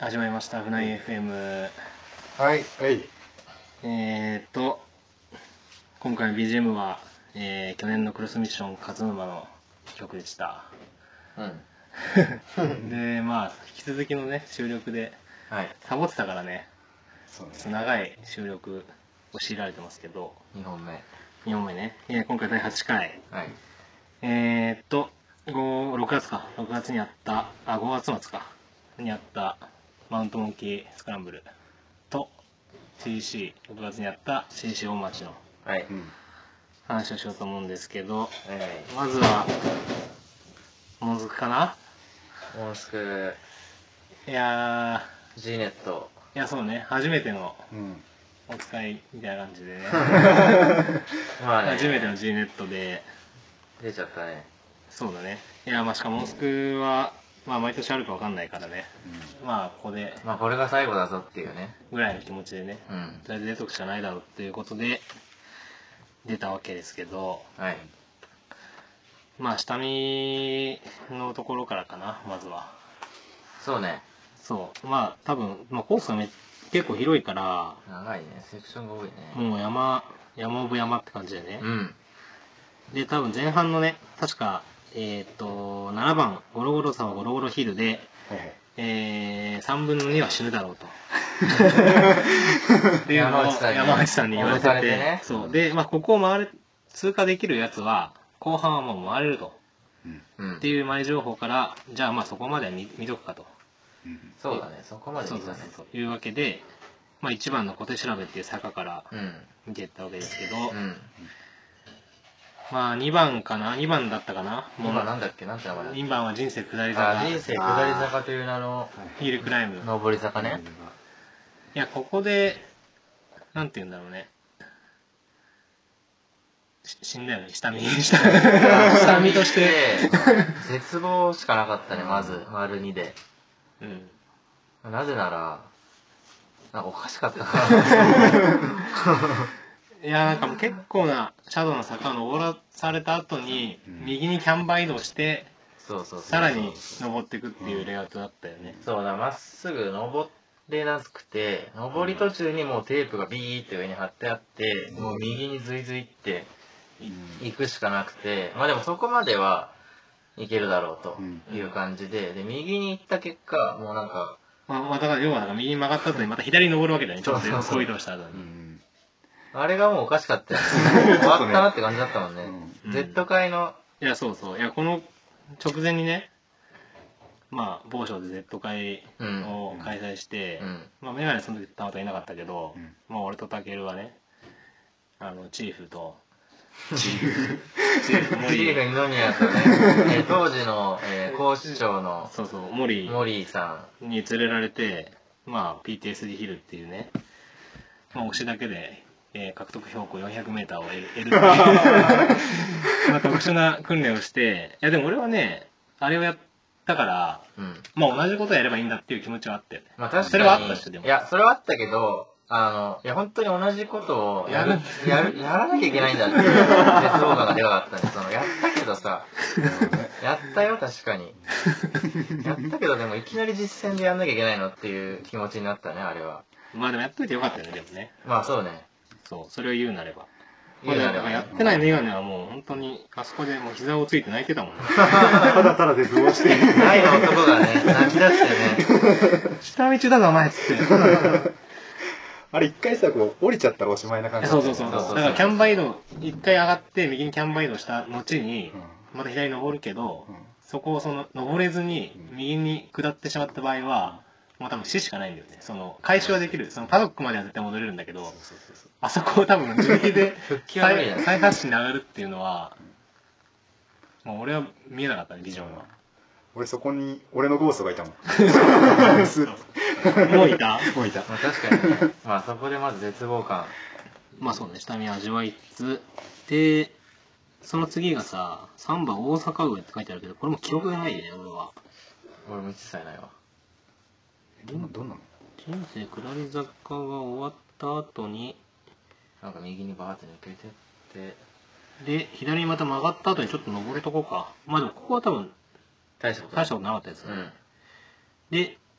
始まりましたフナイ FM。 はい。 今回の BGM は、去年のクロスミッション勝沼の曲でした。で、まあ引き続きのね収録で、サボってたからね、長い収録を強いられてますけど、 2本目ね、今回第8回。6月にあった、5月末かにあったマウントモンキースクランブルと CC、 6月にあった CC 大町の話をしようと思うんですけど、まずはモンスクかな。 モンスク、 いや G ネット、 いやそうね、初めてのお使いみたいな感じでねまあね、 初めての G ネットで出ちゃったね。 そうだね。いや、まあしかもモンスクはまあ毎年あるかわかんないからね、まあここでまあこれが最後だぞっていうねぐらいの気持ちでね、とりあえず出とくしかないだろうっていうことで出たわけですけど、まあ下見のところからかな、まずは。 そうね。 そう、まあ多分、まあ、コースが結構広いから長いね、セクションが多いね。 もう山オブ山って感じでね。で多分前半のね、確か7番ゴロゴロ沢ゴロゴロヒルで、3分の2は死ぬだろうとっていうのを山内さんに言われてて、 ね、 そうで、まあ、ここを通過できるやつは後半はもう回れると、っていう前情報から、じゃあまあそこまでは見とくかと、 そうだね、そこまで見たね。 そういうわけで、まあ、1番の小手調べっていう坂から見ていったわけですけど、まあ2番かな、2番だったかな。 2番なんだっけ、なんて名前だっけ。 2番は人生下り坂。 人生下り坂という名のヒールクライム。 上り坂ね。 いや、ここで、なんて言うんだろうね。死んだよね、下見として。 絶望しかなかったね、まず、丸2で。なぜなら、なんかおかしかったいや、なんかもう結構なシャドウの坂を登らされた後に、右にキャンバー移動して、さらに登っていくっていうレイアウトだったよね。 そうだ、まっすぐ登れなくて、登り途中にもうテープがビーって上に貼ってあって、もう右にズイズイって行くしかなくて、まあでもそこまではいけるだろうという感じで、で、右に行った結果、もうなんか、 まあ、だから要は右に曲がった後にまた左に登るわけだよね、ちょっと横移動した後に。 あれがもうおかしかったよね。終わったなって感じだったもんね。Z 界の。 いや、そうそう。いや、この直前にね、まあ、某所で Z 会を開催して、まあ、メガネその時たまたまいなかったけど、まあ、俺とタケルはね、チーフと、 チーフ二宮とね、当時の高市長の森さんに連れられて、まあ、PTSD ヒルっていうね、まあ、推しだけで、獲得標高 400m を得るっていうまあ特殊な訓練をして、いやでも俺はね、あれをやったから、まあ同じことやればいいんだっていう気持ちはあったよね。 まあ確かに。 それはあったし、でも。 いや、それはあったけど、いや本当に同じことをやらなきゃいけないんだっていう絶望感がでかかったね。やったけどさ、やったよ確かに。やったけどでもいきなり実践でやんなきゃいけないのっていう気持ちになったね、あれは。 まあでもやっといてよかったよね、でもね。 まあそうね。 そう、それを言うなれば。やってないメガネはもう本当にあそこでもう膝をついて泣いてたもんね。 ただただ絶望して。 大の男がね、泣き出してね。 下道だぞお前っつって。 あれ一回さ、こう降りちゃったらおしまいな感じ。 そう。だからキャンバー移動、一回上がって右にキャンバー移動した後に、また左に登るけど、そこを登れずに右に下ってしまった場合は、もう多分死しかないんだよね。回収はできる。パドックまでは絶対戻れるんだけど、あそこを多分自力で再発進に上がるっていうのは、もう俺は見えなかったね、ビジョンは。 俺そこに、俺のゴーストがいたもん。 もういた。 まあ確かにね。まあそこでまず絶望感。 まあそうね、下見味わいつつ、で、その次がさ、3番大阪上って書いてあるけど、これも記憶がないね、俺は。 俺も一切ないわ。 どんなの？ 人生下り坂が終わった後に、 なんか右にバーって抜けてって、 で、左にまた曲がった後にちょっと登るとこか。まあでもここは多分、 大したことなかったやつ。で、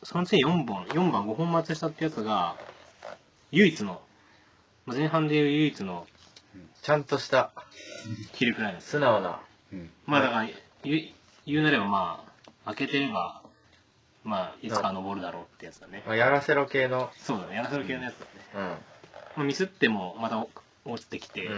その次4番5本松下ってやつが、唯一の、前半でいう唯一の、 ちゃんとしたヒルクライム。 素直な、 まあだから言うなればまあ、開けてれば、まあ、いつか登るだろうってやつだね。 まあ、やらせろ系の。 そうだね、やらせる系のやつだね。 うん。 まあ、ミスってもまた落ちてきて、 うん。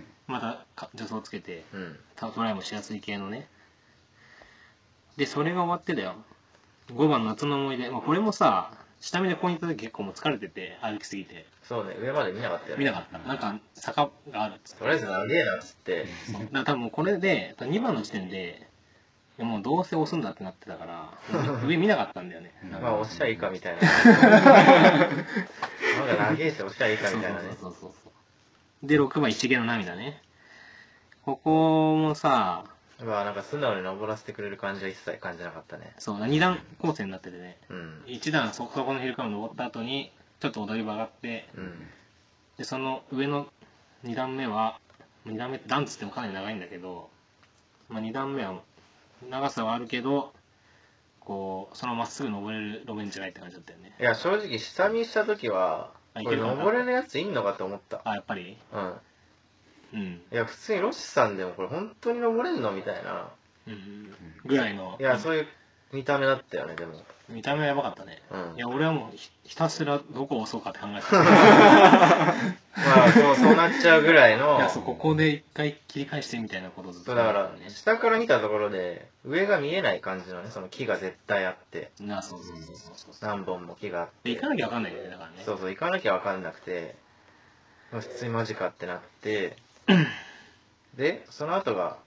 また助走つけて、 うん。 トライもしやすい系のね。で、それが終わってだよ。5番夏の思い出。まあ、これもさ、下見でここに行った時結構もう疲れてて、歩きすぎて。 そうね、上まで見なかったよね。 見なかった。なんか坂があるっつって。 とりあえず長えなっつって。 そう。だから多分これで、2番の時点で、いやもうどうせ押すんだってなってたから、上見なかったんだよね。 まあ、押しちゃいいかみたいな。なんか長えし押しちゃいいかみたいなね。 そう。で、6番一芸の涙ね。ここもさ、 まあなんか素直に登らせてくれる感じは一切感じなかったね。 そう、2段構成になっててね。 うん。 1段そこのヒルクライム登った後に、ちょっと踊り場があって、 うん。 で、その上の2段目は、段つってもかなり長いんだけど、まあ、2段目は長さはあるけど、こう、そのまっすぐ登れる路面じゃないって感じだったよね。 いや、正直下見した時は、これ登れるやついんのかと思った。 あ、やっぱりうん。 うん。 いや、普通にロシさんでもこれ本当に登れんのみたいな。 ぐらいの。 いや、そういう見た目だったよね、でも。 見た目はやばかったね。 うんいや、俺はもうひたすらどこを押そうかって考えてた。 まあ、そうなっちゃうぐらいの。 いや、そう、ここで一回切り返してみたいなことをずっとそうだから考えてたね。 下から見たところで上が見えない感じのね、その木が絶対あってそう。 何本も木があってで、行かなきゃわかんないんだよね、だからね。 そう行かなきゃ分かんなくて普通にマジかってなってでその後だ、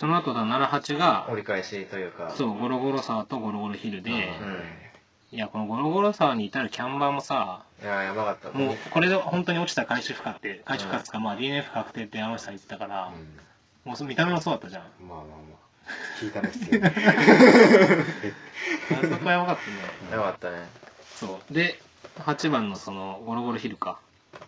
78が、 折り返しというかそう、ゴロゴロ沢とゴロゴロヒルで、 うんいや、このゴロゴロ沢に至るキャンバーもさ、 いややばかったもう、これで本当に落ちた回収不可ってつか、まあ DNF 確定って山下さん言ってたから、もう見た目もそうだったじゃん。 まあ聞いたね普通にあそこやばかったね。 やばかったねそう。で、8番のその、ゴロゴロヒルか。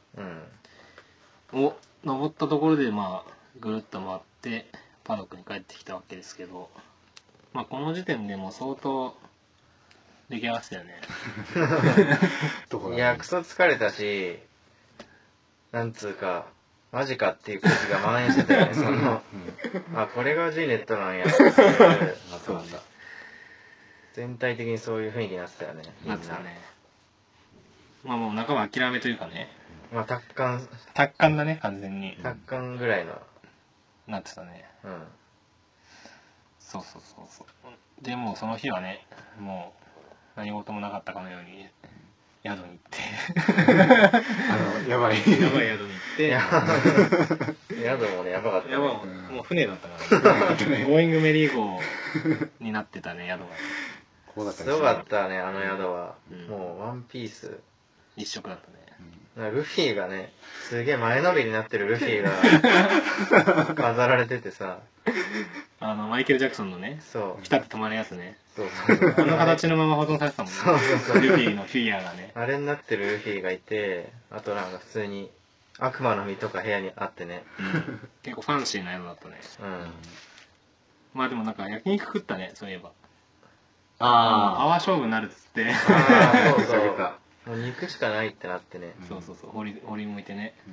うんを登ったところで、まあ、ぐるっと回って、パドックに帰ってきたわけですけど、まあ、この時点でもう相当、出来上がってたよね。 いやクソ疲れたしなんつうかマジかっていう空気が蔓延してたよねそのあこれが G ネットなんやっていうそうね。 全体的にそういう雰囲気になってたよねみんななってたね。まあもう半ば諦めというかね。 まあ達観だね、完全に。 達観ぐらいのなってたね。 うんそう。でもうその日はね、もう何事もなかったかのように宿に行ってやばい宿に行って宿もねやばかったねもう船だったからねゴーイングメリー号になってたね宿がすごかったねあの宿は、 うんもうワンピース一色だったね、 ルフィがねすげえ前のめりになってるルフィが飾られててさマイケル・ジャクソンのねそうピタッと止まるやつねそうあの形のまま保存されてたもんねそうルフィのフィギュアがねあれになってるルフィがいてあとなんか普通に悪魔の実とか部屋にあってね、 結構ファンシーな宿だったねうんまあでもなんか焼肉食ったねそういえばあ泡勝負になるっつってそうもう肉しかないってなってね、 そう掘り向いてね、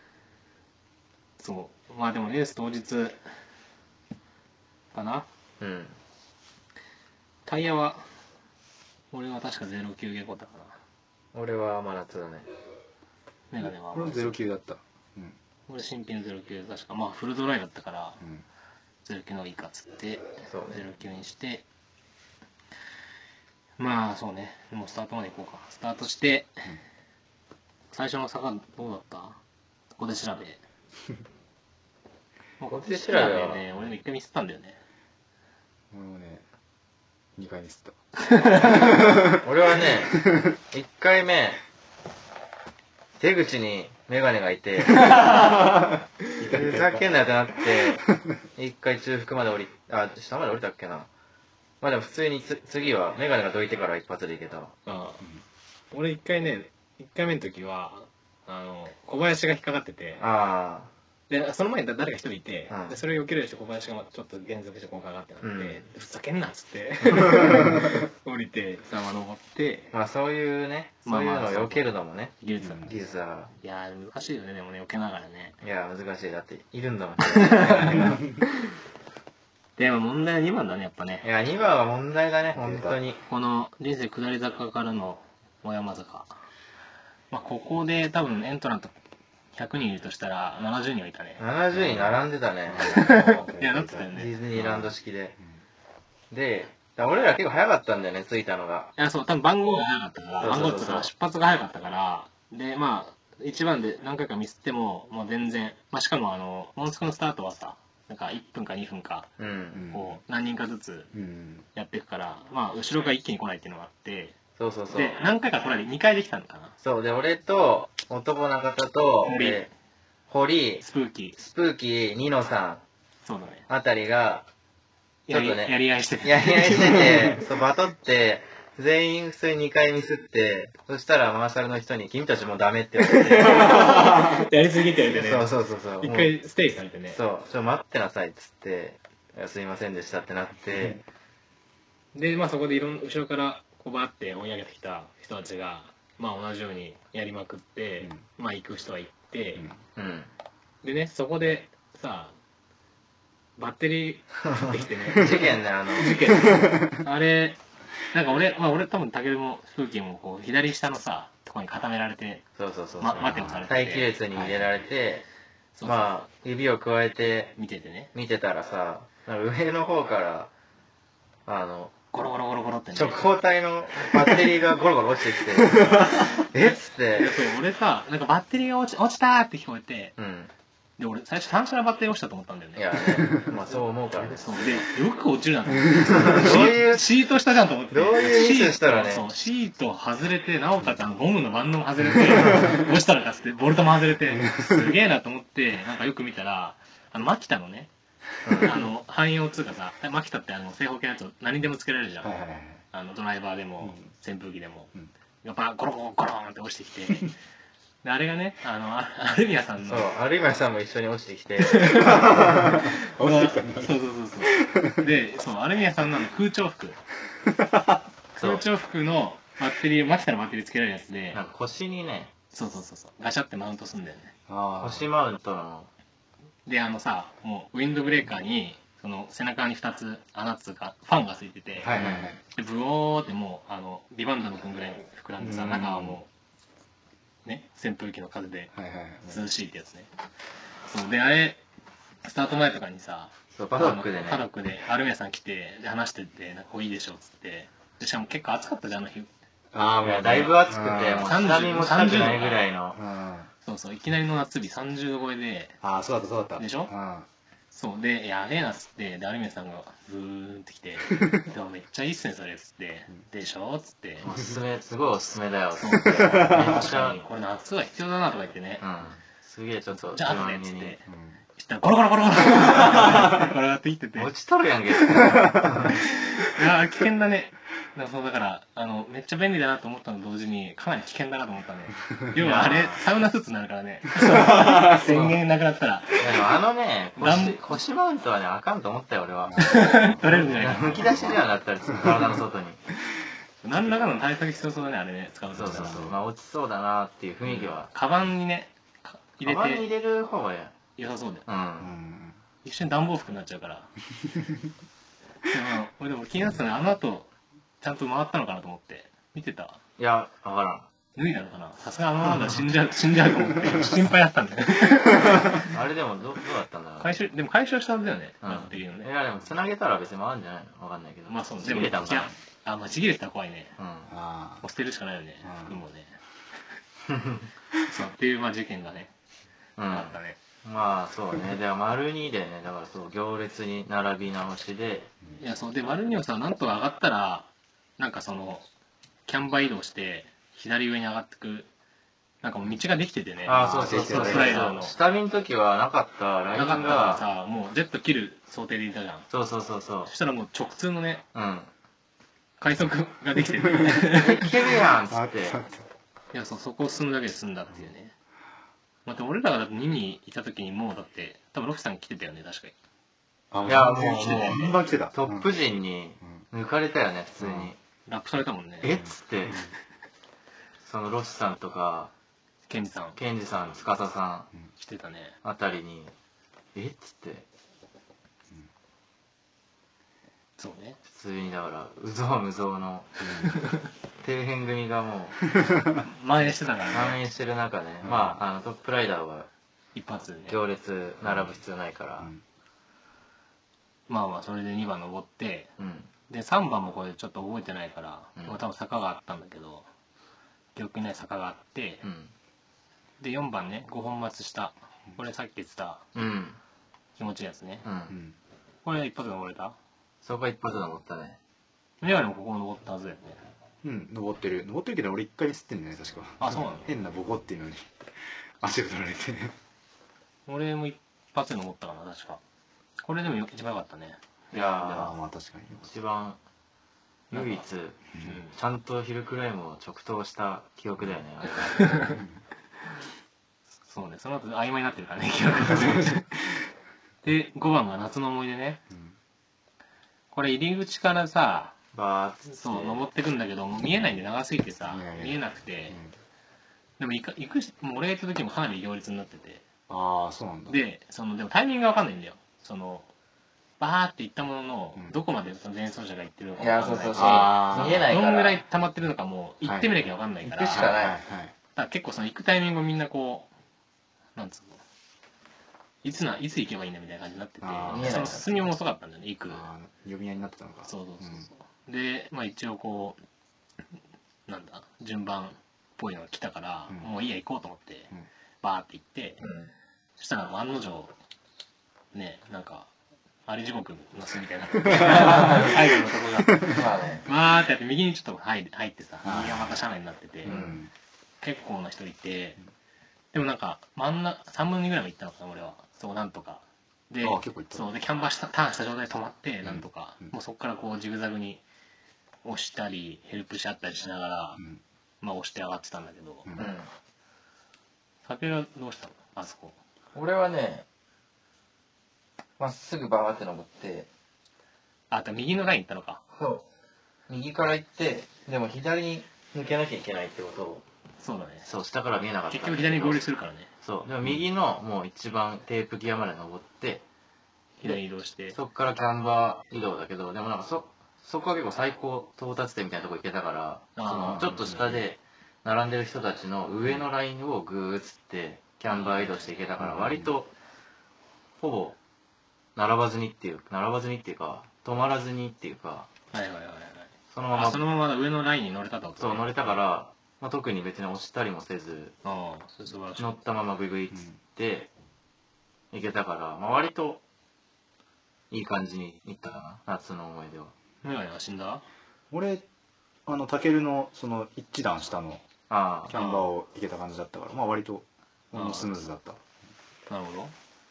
そうまあでもレース当日かなタイヤは俺は確か09ゲコだから俺は甘夏だねメガネはこれも09だった俺新品09で確かまあフルドライだったから、09の方がいいかっつってそうね 09にしてまあそうねもうスタートまで行こうかスタートして、最初の坂どうだったここで調べここで調べはね俺も一回ミスったんだよね俺もね2回ミスった俺はね1回目出口にメガネがいてふざけんなよってなって一回中腹まで下まで降りたっけなまあでも普通に次はメガネがどいてから一発でいけた俺1回目の時は小林が引っかかっててあでその前に誰か一人いて、 うんでそれを避ける人小林がちょっと減速してこうかかってなって、 うんふざけんなっつって降りてさま登って、 まあそういうね、そういうのを避けるのもね、 技術だった技術だかいやー難しいよねでもね避けながらね。 ら。いや、難しい。だって、いるんだもん。 でも問題は2番だねやっぱね。 いや、2番は問題だね、本当に。 この人生下り坂からの小山坂、まあここで多分エントラント100人いるとしたら70人はいたね。 70人並んでたね。 いやなってたよデね。 ィズニーランド式で。で、俺ら結構早かったんだよね、着いたのが。 いやそう多分番号が早かったから、 そうそうそう番号っていうか出発が早かったから、でまあ1番で何回かミスってももう全然、まあしかもモンスクのスタートはさなんか1分か2分かうん。 こう何人かずつうんやっていくから、まあ後ろが一気に来ないっていうのがあって、 そうそうそう。 で何回か来ないで2回できたのかな。 そう、で、俺と、男中田と、 堀で堀、 スプーキー。 スプーキー、ニノさんそうだね。 あたりが、ちょっとね、 やり合いしてて。 やり合いしてて、そう、バトって、全員普通に2回ミスって、そしたらマーシャルの人に、君たちもうダメって言われて。 やりすぎって言われてね。 そうそうそうそう。 一回ステイされてね。 そう、待ってなさいっつって、いやすいませんでしたってなって、 で、まあそこで後ろからこうバーって追い上げてきた人たちが、まあ同じようにやりまくって、まあ行く人は行って、 うん。 でね、そこでさ、バッテリー買ってきてね。 事件ね、 事件。あれ、なんか俺多分武尊も風紀もこう左下のさ、とこに固められて、 そうそうそうそう。 待てをされてて待機列に入れられて、 そうそうまあ、指を加えて見ててね。 見てたらさ、なんか上の方から、 ゴロゴロゴロゴロってね。 直方体のバッテリーがゴロゴロ落ちてきて、えっつっていや、そう、俺さ、なんかバッテリーが落ちたーって聞こえて、 うん。 で、俺最初単車のバッテリー落ちたと思ったんだよね。 いやね、まあそう思うからね。 そうで、よく落ちるなと思って。 どういうシートしたじゃんと思って。 どういうミスしたらねそう、シート外れて、なおかつゴムのバンドも外れて、落ちたのかっつって、ボルトも外れて、すげえなと思って、なんかよく見たら、マキタのね、汎用通貨さ、マキタって正方形のやつ何にでもつけられるじゃん。 はいはいはいドライバーでも、扇風機でも。 うんやっぱゴロゴロゴローンって落ちてきて、であれがね、アルミヤさんの、 そう、アルイマさんも一緒に落ちてきて、 落ちてきたそうそう。で、そう、アルミヤさんの空調服。空調服のバッテリー、マキタのバッテリーつけられるやつで、 なんか腰にね、 そう。ガシャってマウントすんだよね。 腰マウントの、 で、もう、ウィンドブレーカーに、その背中に2つ穴っつうか、ファンがついてて、 はいはいはいでブオーってもう、ビバンダム君ぐらい膨らんでさ、 うん中はもう、ね、扇風機の風ではいはい涼しいってやつね。そうで、あれ、スタート前とかにさ、 そうパドックでねパドックでアルミヤさん来て、で話してて、なんかこういいでしょっつって、でしかも結構暑かったじゃん、あの日。 ああいやだいぶ暑くて、もう下見もしたくないぐらいの。 そう、いきなりの夏日30度超えで、 ああそうだったでしょそうで、やべえなっつって、で、アルミヤさんがブーンって来て、でもめっちゃいいっすね、それっつって、でしょっつって、 おすすめ、すごいおすすめだよ。 そう、めっちゃ、これ夏は必要だなとか言ってね、 すげえちょっとじゃあ後でっつって、 うんしたらゴロゴロゴロゴロ転がってきてて、 落ちとるやんけ。 いや危険だね。だから、めっちゃ便利だなと思ったのと同時に、かなり危険だなと思ったね。要はあれ、サウナスーツになるからね。電源なくなったら。 でもね、腰マウントはね、あかんと思ったよ、俺は。 取れるんじゃないかな。 むき出しじゃなったりする、体の外に。 何らかの対策必要そうだね、あれね、使うとそう。まあ、落ちそうだなっていう雰囲気は。 カバンにね、入れカバンに入てれる方が良さそうだよ。 うん一瞬暖房服になっちゃうから。俺でも気になってたね、あの後、ちゃんと回ったのかなと思って。見てた？ いや、わからん。 脱いだのかな。さすがあのままでは死んじゃうと思って心配だったんだよ。 あれでもどうだったんだろう。 回収したはずだよね、バッテリーのね。 いや、でも繋げたら別に回るんじゃないのわかんないけど。 まあそう、 ちぎれたんかな。 まあちぎれたら怖いね。 あもう捨てるしかないよね、 うん服もね。そう、っていう、まあ事件がね、あったね。 まあそうね。では丸2でね、だからそう、行列に並び直しで。 いや、そう、で、丸2をさ、なんとか上がったら、なんかキャンバー移動して、左上に上がってく、なんかもう道ができててね。 そう。 スライダーの。 下見の時はなかったラインが。 なかったからさ、もうジェット切る想定でいたじゃん。 そう。 そしたらもう直通のね、 うん。 快速ができてて。 いけるやんっつって。 いや、そこを進むだけで済んだっていうね。 また俺らがだって見に行った時にもうだって多分ロキさん来てたよね確かに。 いやもう本番来てた。 トップ陣に抜かれたよね普通に。 ラップされたもんね。 えっつって、そのロシさんとかケンジさんケンジさん司さん来てたね。 あたりにえっつって、 そうね。 普通にだからうぞうむぞうの底辺組がもう蔓延してたからね。 蔓延してる中ね、まあトップライダーは一発でね。 行列並ぶ必要ないから、 まあまあそれで2番登って、で3番もこれちょっと覚えてないから、まあ多分坂があったんだけど記憶にない坂があって、で4番ね5本松下、これさっき言ってた気持ちいいやつね、これ一発で登れた？ そこは一発で登ったね。 メガネもここ登ったはずだよね。 登ってるけど俺一回ミスってんだよね確か。 あ、そうなの？ 変なボコっていうのに足が取られて俺も一発で登ったかな確か。これでも一番良かったね。 いやーまあ確かに一番唯一ちゃんとヒルクライムを直投した記憶だよねあれがそうね、その後曖昧になってるからね記憶がで5番が夏の思い出ね、これ入り口からさバーッつってそう登ってくんだけどもう見えないんで長すぎてさ見えなくて、でも行くしもう俺が行った時もかなり行列になってて、 ああそうなんだ。 ででもタイミングが分かんないんだよ。バーって行ったものの、どこまでその前走者が行ってるのか分かんないし、 見えないからどんぐらい溜まってるのかも行ってみなきゃ分かんないから、 行くしかない。 だから結構行くタイミングをみんなこうなんつうのいつ行けばいいんだみたいな感じになってて、その進みも遅かったんだよね、行く。 呼び合いになってたのか。 そう。で、まあ一応こう、なんだ、順番っぽいのが来たから、もういいや行こうと思って、バーって行って、そしたら案の定、ね、なんか、あり地獄の巣みたいな。アイドルのとこが、まあってやって右にちょっと入ってさ、右がまた車内になってて、結構な人いて、でもなんか真ん中3分の2ぐらいまで行ったのかな俺は。そうなんとかで、そうでキャンバーターンした状態で止まってなんとか、もうそこからこうジグザグに押したりヘルプし合ったりしながら、まあ押して上がってたんだけど、竹がどうしたのあそこ？ 俺はねまっすぐバーって登って、 右のライン行ったのか。 そう右から行って、でも左に抜けなきゃいけないってことを、 そうだね。 そう下から見えなかった。 結局左に合流するからね。 そうでも右のもう一番テープ際まで登って左に移動して、 そっからキャンバー移動だけど、でもなんかそこは結構最高到達点みたいなとこ行けたから、ちょっと下で並んでる人たちの上のラインをグーッつってキャンバー移動していけたから、割とほぼ並ばずにっていうか止まらずにっていうか、そのまま上のラインに乗れたってことね。 そう乗れたから、まあ、特に別に押したりもせず乗ったままグイグイっつっていけたから、まあ、割といい感じにいったかな、夏の思い出は。 メガネは死んだ？ 俺タケルのその一段下のキャンバーをいけた感じだったから、まあ割とスムーズだった。 なるほど。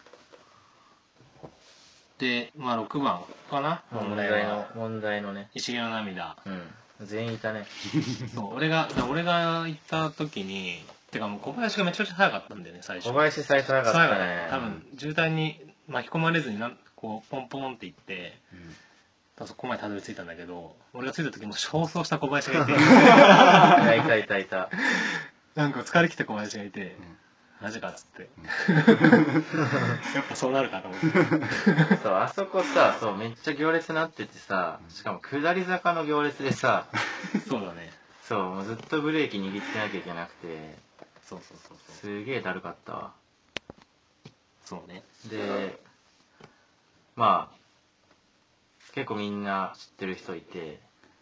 で、まあ6番かな、 問題のね石毛の涙。 全員いたねそう俺が行った時にてかもう小林がめちゃくちゃ速かったんだよね最初。 小林最初速かったね。 多分渋滞に巻き込まれずにこうポンポンっていって、そこまでたどり着いたんだけど、俺が着いた時も焦燥した小林がいていたなんか疲れ切った小林がいて、マジかっつって、やっぱそうなるかと思ってそうあそこさ、そうめっちゃ行列になっててさ、しかも下り坂の行列でさそうだね。 そうもうずっとブレーキ握ってなきゃいけなくて、 そうすげえだるかったわ。 そうね。 でまあ結構みんな知ってる人いて、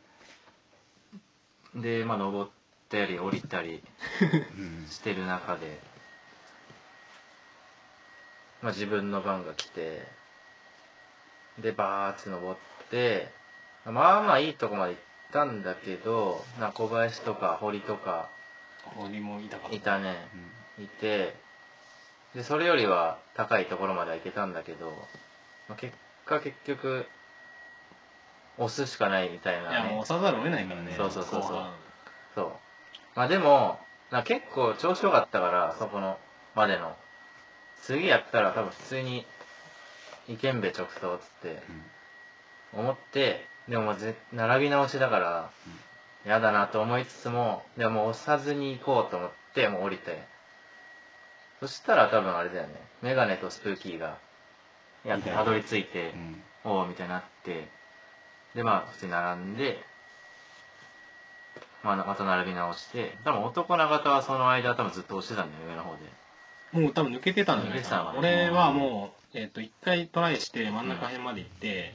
でまあ登ったり降りたりしてる中でまあ自分の番が来て、でバーって登って、まあまあいいとこまで行ったんだけど、小林とか堀とか堀もいたかも。 いたね、いて、でそれよりは高いところまでは行けたんだけど、結局押すしかないみたいなね。 いやもう押さざるを得ないからね。 そうまあでも結構調子良かったから、そこのまでの次やったら多分普通にいけんべ直送っつって思って、でももう並び直しだから嫌だなと思いつつも、でももう押さずに行こうと思ってもう降りて、そしたら多分あれだよね、メガネとスプーキーがやってたどり着いて、おおみたいになって、でまあ普通に並んで、また並び直して、多分男長田はその間多分ずっと押してたんだよ、上の方で。 もう多分抜けてたんじゃないかな。俺はもう、一回トライして真ん中辺まで行って、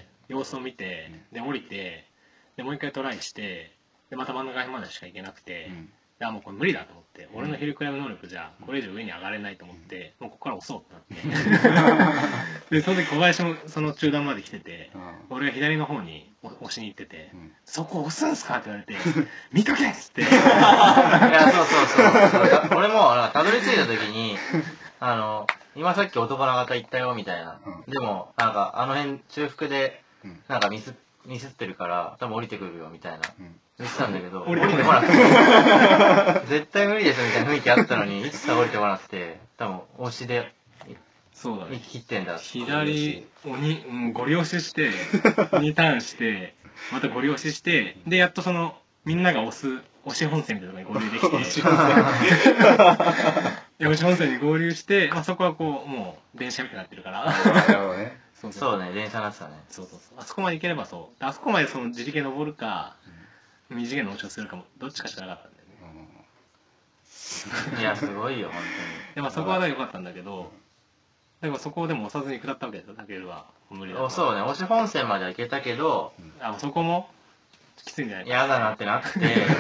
様子を見て、で降りて、でもう一回トライして、でまた真ん中辺までしか行けなくて、いやもうこれ無理だと思って、俺のヒルクライム能力じゃこれ以上上に上がれないと思って、もうここから押そうってなってでその時小林もその中段まで来てて、俺が左の方に押しに行ってて、そこ押すんすかって言われて見とけっつっていやそう俺もたどり着いた時に今さっき男の方行ったよみたいな、でもなんかあの辺中腹でなんかミスってるから多分降りてくるよみたいな言ってたんだけど、降りてこなくて絶対無理ですみたいな雰囲気あったのに一切降りてこなくて、多分押しでそうだね、 切ってんだ左にゴリ押しして2ターンしてまたゴリ押しして、でやっとそのみんなが押し本線みたいなところに合流できて押し本線に合流して、まあ、そこはこうもう電車みたいになってるからそうね、電車になってたね。 そうあそこまで行ければあそこまでその自力で登るか二次元の押しをするかもどっちかしかなかったんだよね。いやすごいよ本当に。 でまあそこは良かったんだけど、でもそこをでも押さずに下ったわけですよ、タケルは。無理だ。 そうね、押し本線までは行けたけど、 そこもきついんじゃないか。 嫌だなってなって。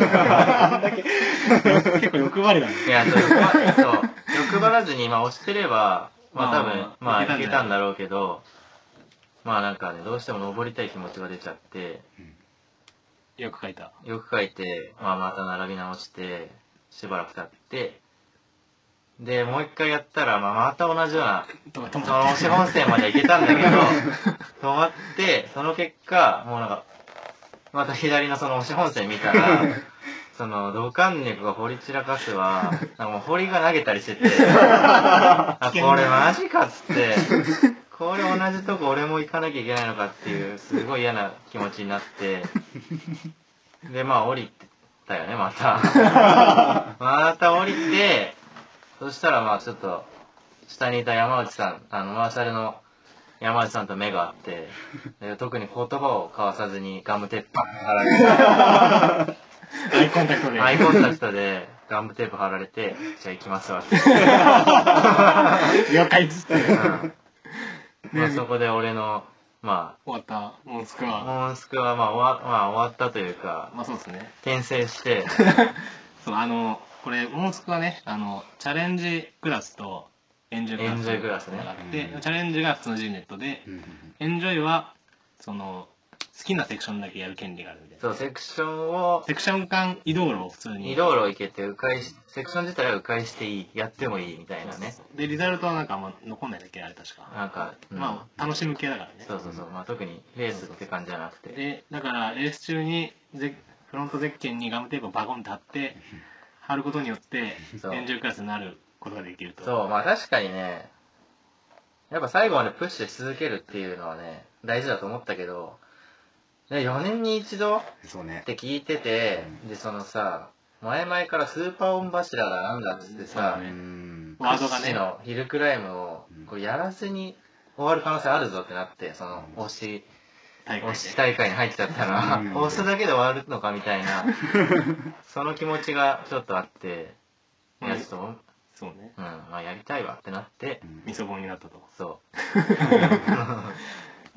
結構欲張りだね。 いや、欲張らずに、まあ押してれば、まあ多分、まあいけたんだろうけど、まあなんかね、どうしても登りたい気持ちが出ちゃって、 よく書いて、 まあまた並び直して、しばらく経って、で、もう一回やったら、まあまた同じような、その押し本線まで行けたんだけど、止まって、その結果、もうなんか、また左のその押し本線見たら、その土管猫が掘り散らかすは、もう堀が投げたりしてて、あ、これマジかっつって、これ同じとこ俺も行かなきゃいけないのかっていう、すごい嫌な気持ちになって、で、まあ降りたよね、また。また降りて、そしたらまあちょっと、下にいた山内さん、マーシャルの山内さんと目があって、特に言葉を交わさずにガムテープパン貼られて、 アイコンタクトでガムテープ貼られて、じゃあ行きますわって。 了解っつって。 まあそこで俺の、まあ、 終わった、モンスクはまあ終わったというか、 まあそうですね。 転生して、 そう、これ、モンスクはね、チャレンジクラスとエンジョイクラスがあって、チャレンジが普通の G ネットで、エンジョイは、好きなセクションだけやる権利があるんで。 そう、セクション間移動路を普通に。 移動路行けて、セクション自体は迂回していい、やってもいいみたいなね。 で、リザルトはなんかあんま残んないだけあれ確か。 なんか、 まあ、楽しむ系だからね。 そう。まあ特にレースって感じじゃなくて。 で、だからレース中に、フロントゼッケンにガムテープをバコンって貼って、貼ることによって、エンジョイクラスになることができると。 そう、まあ確かにね、やっぱ最後までプッシュし続けるっていうのはね、大事だと思ったけど、4年に一度って聞いてて、で、そのさ、前々からスーパーオン柱がなんだっつってさ、 ワードがね、 のヒルクライムをこれやらずに終わる可能性あるぞってなって、その押し大会に入っちゃったら、押すだけで終わるのかみたいな、その気持ちがちょっとあって、いや、ちょっと、 そうね。 まあやりたいわってなって、 みそぼんになったと。 そう。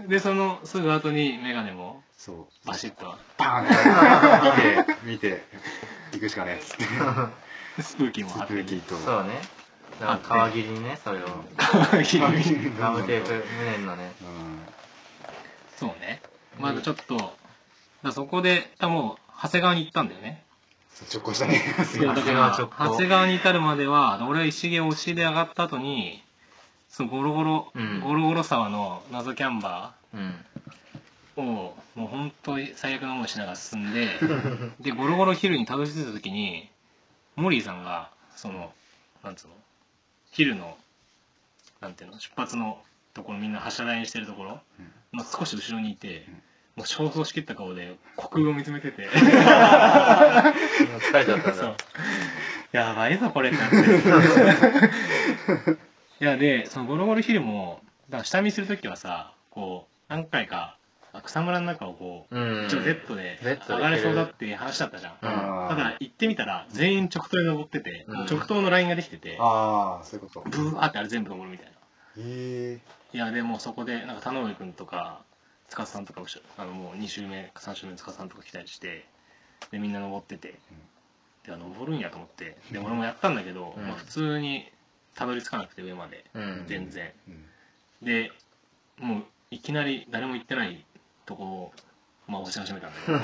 で、そのすぐ後にメガネも、バシッと、 パーンって見て、行くしかねえっつって。 スプーキーも貼って。 そうね。だから皮切りにね、それを。 皮切りに。 ガムテープ、無念のね。 そうね。まだちょっと、そこで、もう、長谷川に行ったんだよね。 直行したね。 だから長谷川に至るまでは、俺は石毛押しで上がった後に、そのゴロゴロ沢の謎キャンバーを、もう本当に最悪な思いしながら進んで、で、ゴロゴロヒルにたどり着いた時に、モリーさんが、なんつうの、 昼のなんていうの出発のところみんな発射台にしてるところの少し後ろにいて、もう焦燥しきった顔で虚空を見つめてて疲れちゃったんだ。 そうやばいぞこれってなっていやでそのゴロゴロヒルもだから下見するときはさこう何回か草むらの中をこう一応 Z で上がれそうだっていう話だったじゃん。ただ行ってみたら全員直投で登ってて、直投のラインができてて、 ああそういうこと。 ブワーってあれ全部登るみたいな。 へえ。 いやでもそこでなんか田上君とか塚さんとかもう2週目3週目の塚さんとか来たりしてでみんな登ってて、で登るんやと思ってで俺もやったんだけど、まあ、普通にたどり着かなくて上まで、全然、でもういきなり誰も行ってないとこをまあ押し始めたんだけど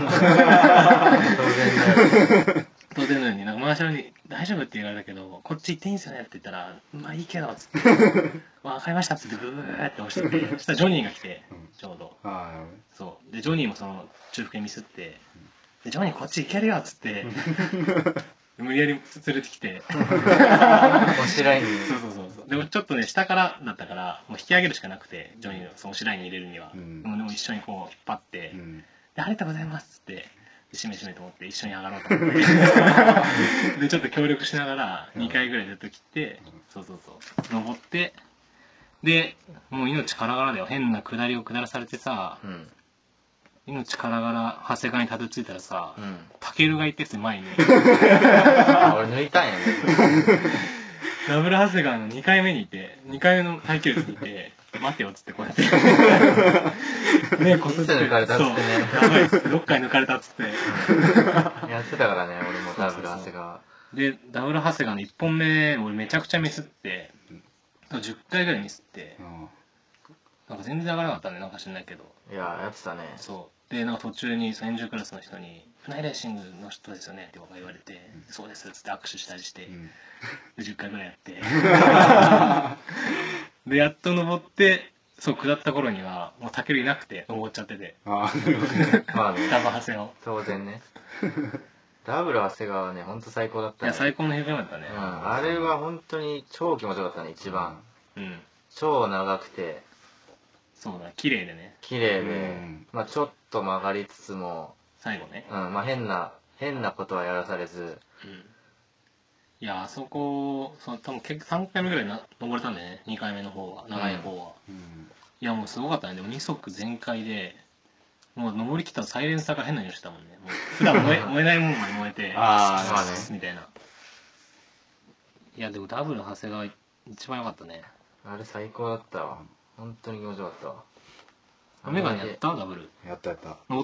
当然のようになんか回しのに大丈夫って言われたけどこっち行っていいんすよねって言ったらまあいいけどっつって分かりましたっつってブーって押しててそしたらジョニーが来てちょうどそうでジョニーもその中腹にミスってでジョニーこっち行けるよっつって無理やり連れてきて面白いね。 そうでもちょっとね下からだったからもう引き上げるしかなくてジョニーのその白いに入れるには、でも一緒にこう引っ張って、でありがとうございますっつってしめしめと思って一緒に上がろうと思ってでちょっと協力しながら2回ぐらいずっと切って登ってでもう命からがらだよ変な下りを下らされてさ、命からがら長谷川にたどり着いたらさ、タケルがいて前に俺抜いたんやね。 ダブル長谷川の2回目にいて2回目の耐久率にいて待てよっつってこうやってねこすって抜かれたっつってねやばいっつってどっかに抜かれたっつってやってたからね俺もダブル長谷川でダブル長谷川の1本目俺めちゃくちゃミスって10回ぐらいミスってなんか全然上がらなかったねなんか知んないけどいややってたねそうでなんか途中にエンジュクラスの人に「船井レーシングの人ですよね」って言われて「そうです」っつって握手したりして、で10回ぐらいやってでやっと登ってそう下った頃にはもうタケルいなくて登っちゃっててまあねダブル長谷川当然ねダブル長谷川はねほんと最高だったね。 いや最高の表現だったね、 あれは本当に超気持ちよかったね一番、超長くてそうだ綺麗でね綺麗で、まあちょっと曲がりつつも最後ね、 まあ変なことはやらされず、 いやあそこ多分結構3回目ぐらい登れたんだよね2回目の方は長い方は、いやもうすごかったねでも2足全開でもう登りきったらサイレンサーが変な匂いしてたもんねもう普段燃えないもんまで燃えてまあねみたいな。いやでもダブル長谷川一番良かったね。 あれ最高だったわ本当に気持ちよかったわ。 メガネやったダブルやった登った？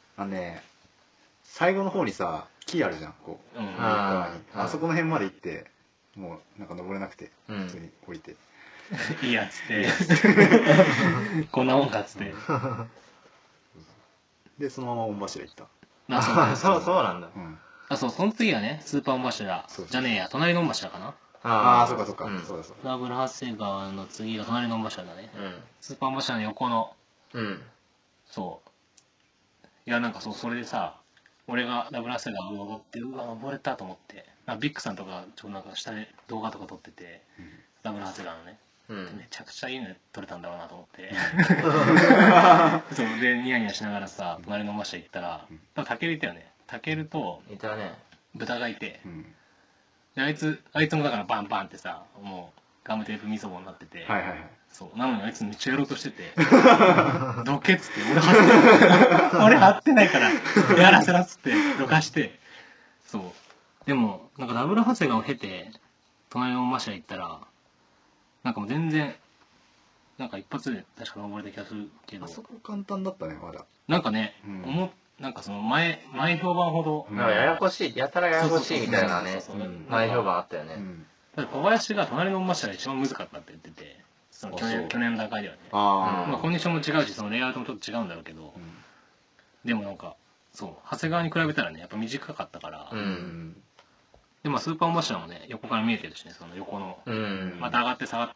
最後の方にさ木あるじゃんこう、あそこの辺まで行ってもうなんか登れなくて普通に降りていいやっつってこんなもんかっつってでそのまま御柱行った。 そうなんだ。 その次はねスーパー御柱じゃねえや隣の御柱かな。 そうかそうだダブル長谷川の次が隣の御柱だね、スーパー御柱の横のそういやなんかそれでさ俺がダブル長谷川を登って登れたと思ってビッグさんとかなんか下で動画とか撮ってて、ダブル長谷川のね、めちゃくちゃいいの撮れたんだろうなと思ってそうでニヤニヤしながらさ隣の御柱行ったらタケルいたよね。タケルと豚がいて、であいつもだからバンバンってさもうガムテープみそぼになってて、そうなのにあいつめっちゃやろうとしててどけっつって俺張ってないからやらせろっつってどかしてそうでもなんかダブル長谷川を経て隣のマシャ行ったらなんかもう全然なんか一発で確か登れた気がするけどあそこ簡単だったねまだなんかね、なんかその前評判ほどややこしいやたらややこしいみたいなね前評判あったよね。 ただ小林が隣のマシャが一番難かったって言っててその去年の段階ではねまあコンディションも違うしそのレイアウトもちょっと違うんだろうけど、でもなんかそう長谷川に比べたらねやっぱ短かったから、でまあスーパーマシャもね横から見えてるしねその横の、また上がって下がって、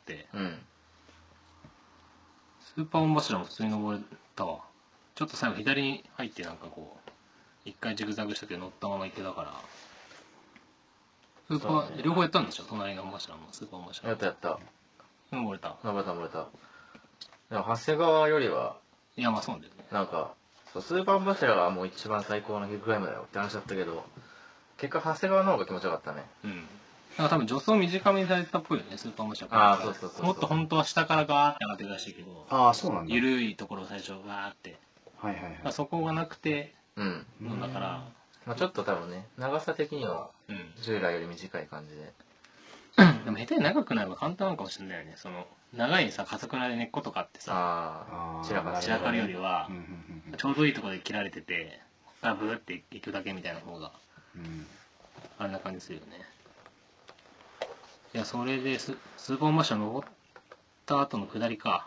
スーパーマシャも普通に登れたわ。ちょっと最後左に入ってなんかこう一回ジグザグしたけど乗ったまま行ってたからスーパー、両方やったんでしょ、隣の柱もスーパー柱。 やった。 登れた。 でも長谷川よりは、 いやまあそうだよね。 なんかスーパー柱がもう一番最高のヒルクライムだよって話だったけど、結果長谷川の方が気持ちよかったね。 うん。だから多分助走短めにされたっぽいよね、スーパー柱。 ああ、そう。 もっと本当は下からガーって上がってるらしいけど、 ああ、そうなんだ。 緩いところを最初ガーって。 はいはいはい。 そこがなくて、 うん。 だから、 まあちょっと多分ね、長さ的には従来より短い感じで。 でも下手に長くなれば簡単なのかもしれないよね。その長いさ、加速なで根っことかってさ、散らかるよりは、ちょうどいいところで切られてて、ここからブーっていくだけみたいな方が、あれな感じするよね。いや、それでスーパーマッシュ登った後の下りか。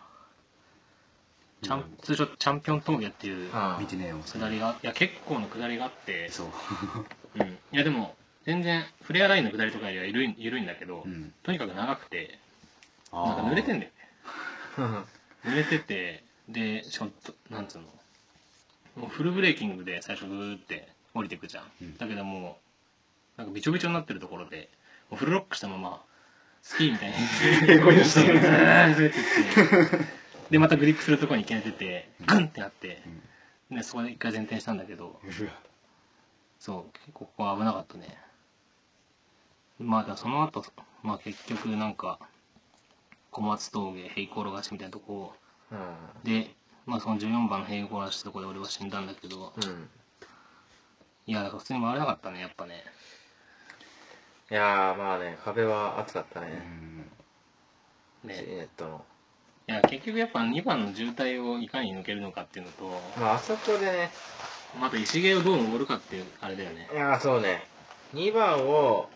通称チャンピオン峠っていう下りが、いや結構の下りがあって、 そう。 いやでも、全然フレアラインの下りとかよりは緩いんだけど、とにかく長くて、なんか濡れてんだよね。濡れてて、で、ちょっと、なんつうの、もうフルブレーキングで最初グーって降りてくじゃん。だけどもう、なんかびちょびちょになってるところで、もうフルロックしたまま、スキーみたいに、こいして、で、またグリップするところにいきなり出て、グンってなって、で、そこで一回前転したんだけど、そう、結構ここは危なかったね。まあ、その後、まあ結局なんか、小松峠、平行転がしみたいなとこで、まあその14番の平行転がしのとこで俺は死んだんだけど、いや、だから普通に回れなかったね、やっぱね。 いやー、まあね、壁は厚かったね。 いや、結局やっぱ2番の渋滞をいかに抜けるのかっていうのと、 まああそこでね、 また石毛をどう登るかっていうあれだよね。 いやー、そうね。2番を、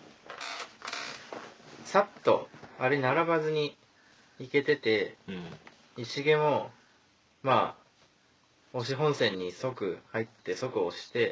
さっと、あれ並ばずに行けてて、石毛も、まあ、押し本線に即入って即押して、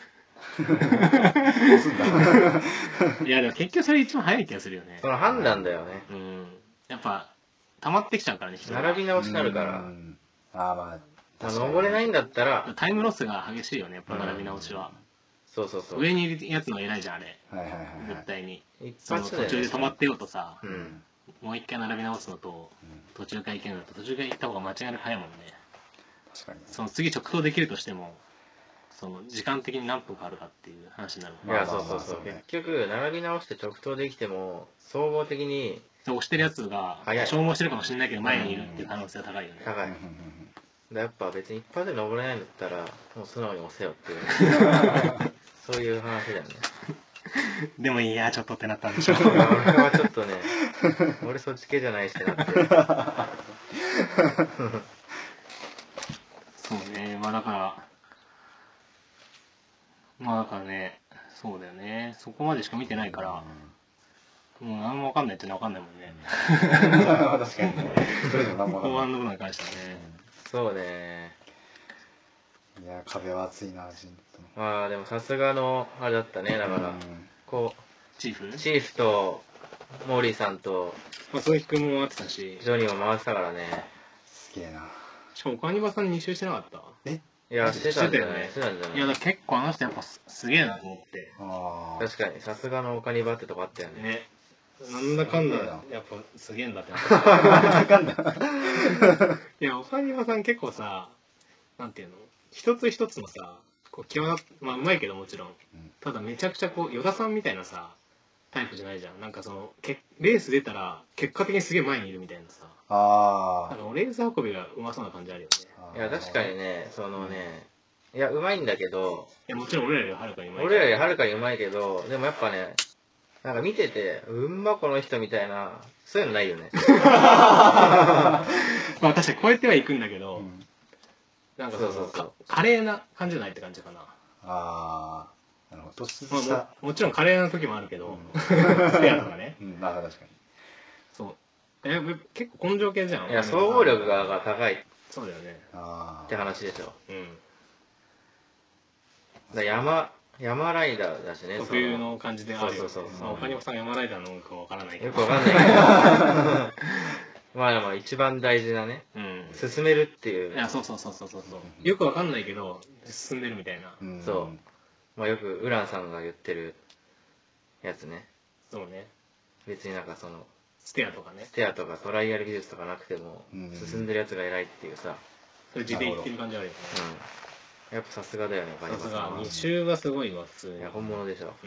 いやでも結局それ一番早い気がするよね。 その判断だよね。 やっぱ溜まってきちゃうからね、人が並び直しになるから。 まあ登れないんだったらタイムロスが激しいよね、やっぱ並び直しは。 そう上にいるやつの偉いじゃん、あれ。絶対に。その途中で止まってようとさ、もう一回並び直すのと、途中から行けるのと、途中から行った方が間違いなく早いもんね。 確かに。 その次直走できるとしても、その時間的に何分かかるかっていう話になる。 いや、そう。結局、並び直して直通できても、総合的に、 押してるやつが消耗してるかもしれないけど、前にいるっていう可能性は高いよね。 高い。やっぱ別に一発で登れないんだったら、もう素直に押せよっていう、そういう話だよね。 でもいや、ちょっとってなったんでしょ。 俺はちょっとね、俺そっち系じゃないしってなって。 そうね、まあだからね、そうだよね、そこまでしか見てないから、もう何も分かんないってのは分かんないもんね。 確かに。それでも何も後半の部分に関してはね。 そうね。 いや、壁は厚いな、 まあでもさすがのあれだったね、だから、こう、 チーフと、モーリーさんと、 鈴木君も回ってたし、 ジョニーも回ってたからね。 すげえな。 しかも岡庭さん2周してなかった？ いや、してたんじゃない。 いや、だ結構あの人やっぱすげえなと思って。 確かに、さすがの岡庭ってとこあったよね。 なんだかんだ、やっぱすげえんだってなった。なんだかんだ。いや、岡庭さん結構さ、なんていうの、一つ一つのさ、こうまあうまいけどもちろん。ただめちゃくちゃこう、与田さんみたいなさ、タイプじゃないじゃん。なんかその、レース出たら、結果的にすげえ前にいるみたいなさ。なんかレース運びがうまそうな感じあるよね。 いや、確かにね、そのね、いや、うまいんだけど、 いや、もちろん俺らよりはるかにうまい。 俺らよりはるかにうまいけど、でもやっぱね、なんか見てて、この人みたいな、そういうのないよね。 まあ確かに超えてはいくんだけど、なんかそう華麗な感じじゃないって感じかな。 なるほど。 もちろん華麗な時もあるけど、スペアとかね。 確かに。 そう。結構根性系じゃん。 いや、総合力が高い。 そうだよね。 って話でしょ。山ライダーだしね。 特有の感じであるよね。 そう。 岡庭さん山ライダーなのかわからないけど。 よくわかんないけど。まあ一番大事なね。進めるっていう。 いや、そう。よくわかんないけど、進んでるみたいな。 そう。まあよくウランさんが言ってるやつね。 そうね。 別になんかそのステアとかね。 ステアとかトライアル技術とかなくても進んでるやつが偉いっていうさ。 それ自で言ってる感じあるよね。 やっぱさすがだよね、ガニバさんは。 2周はすごいわ、普通に。 いや、本物でしょ。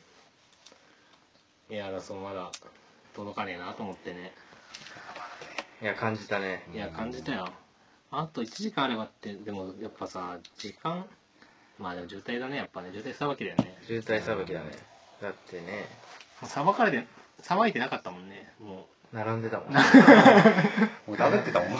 いや、そう、まだ届かねえなと思ってね。 いや、感じたね。 いや、感じたよ。あと1時間あればって、でもやっぱさ、時間、まあでも渋滞だね、やっぱね。渋滞さばきだよね。 渋滞さばきだね。だってね。 もうさばいてなかったもんね、もう。並んでたもん。 もうダメってたもん。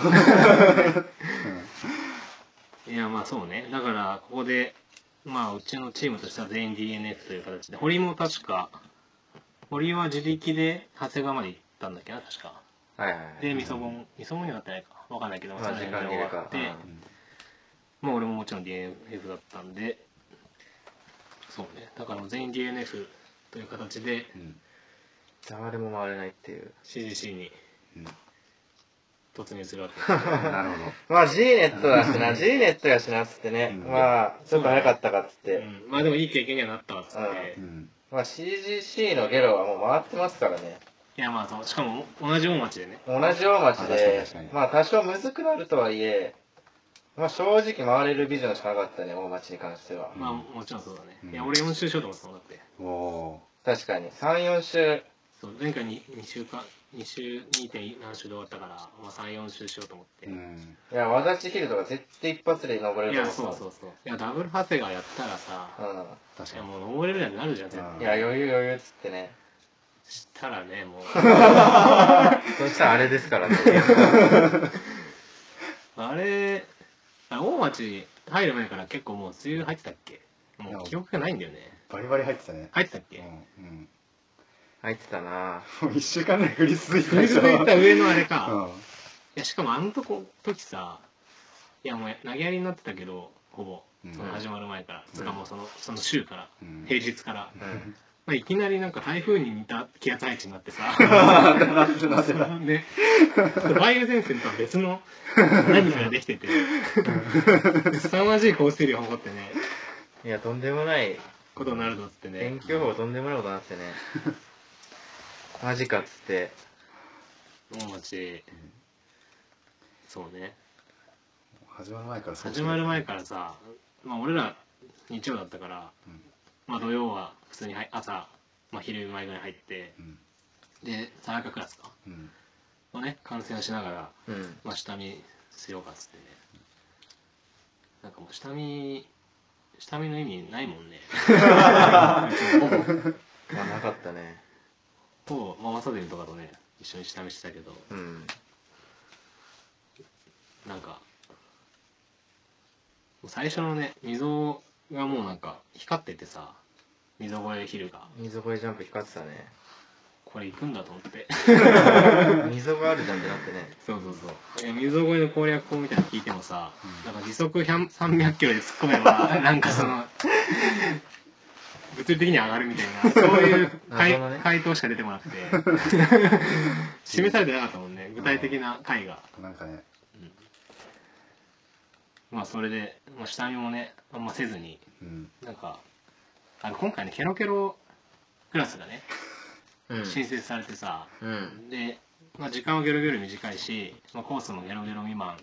いや、まあそうね。だから、ここで、まあ、うちのチームとしては全員 DNF という形で、堀も確か、堀は自力で長谷川まで行ったんだっけな、確か。 はいはいはい。 で、みそぼんになってないか。わかんないけど、 まあ、時間切れか。 まあ、俺ももちろん DNF だったんで、そうね。だから全員 DNF という形で、 誰も回れないっていう。 CGC に突入するわけです。なるほど。 まあ G ネットだしな、G ネットやしなっつってね。まあ、ちょっと早かったかっつって。 まあでもいい経験にはなったわっつって。 まあ CGC のゲロはもう回ってますからね。 いやまあしかも同じ大町でね。 同じ大町で、まあ多少むずくなるとはいえ、まあ正直回れるビジョンしかなかったね、大町に関しては。 まあもちろんそうだね。いや俺4周しようと思ってたもんだって。 確かに。3、4周。 そう、前回2周 2. 何周で終わったから、まあ3、4周しようと思って。 いや、和立ヒルとか絶対一発で登れると思う。 いや、そう。いや、ダブル長谷川やったらさ、確かにもう登れるようになるじゃん、絶対。 いや、余裕っつってね。 したらね、もう。 そしたらあれですからね。 あれ、大町入る前から結構もう梅雨入ってたっけ？もう記憶がないんだよね。 バリバリ入ってたね。 入ってたっけ？ 入ってたなもう1週間ぐらい降り続いた上のあれか。いや、しかもあの時さ、いやもう投げやりになってたけど、ほぼ。その始まる前から。つかもうその週から。平日から。まあ、いきなりなんか台風に似た気圧配置になってさ。ね。梅雨前線とは別の何かができてて。凄まじい降水量を誇ってね。 いや、とんでもないことになるぞっつってね。 天気予報とんでもないことになってね。マジかっつって。 大町、そうね。 始まる前からさ、 まあ俺ら日曜だったから、まあ土曜は普通に朝、まあ昼前ぐらい入って、で、田中クラスか。のね、観戦をしながら、まあ下見しようかっつってね。なんかもう下見の意味ないもんね。ほぼ。 まあなかったね。 ほぼ、まあマサデルとかとね、一緒に下見してたけど、なんか、最初のね、溝がもうなんか光っててさ、溝越えヒルが。 溝越えジャンプ光ってたね。 これ行くんだと思って。 溝があるじゃんってなってね。 そう。いや溝越えの攻略法みたいなの聞いてもさ、なんか時速300キロで突っ込めば、なんかその、物理的に上がるみたいな、そういう回答しか出てこなくて、示されてなかったもんね、具体的な回が。 なんかね。 まあそれで、まあ、下見もね、あんませずに、なんか、今回ね、ケロケロクラスがね、新設されてさ、で、まあ、時間はゲロゲロ短いし、まあ、コースもゲロゲロ未満、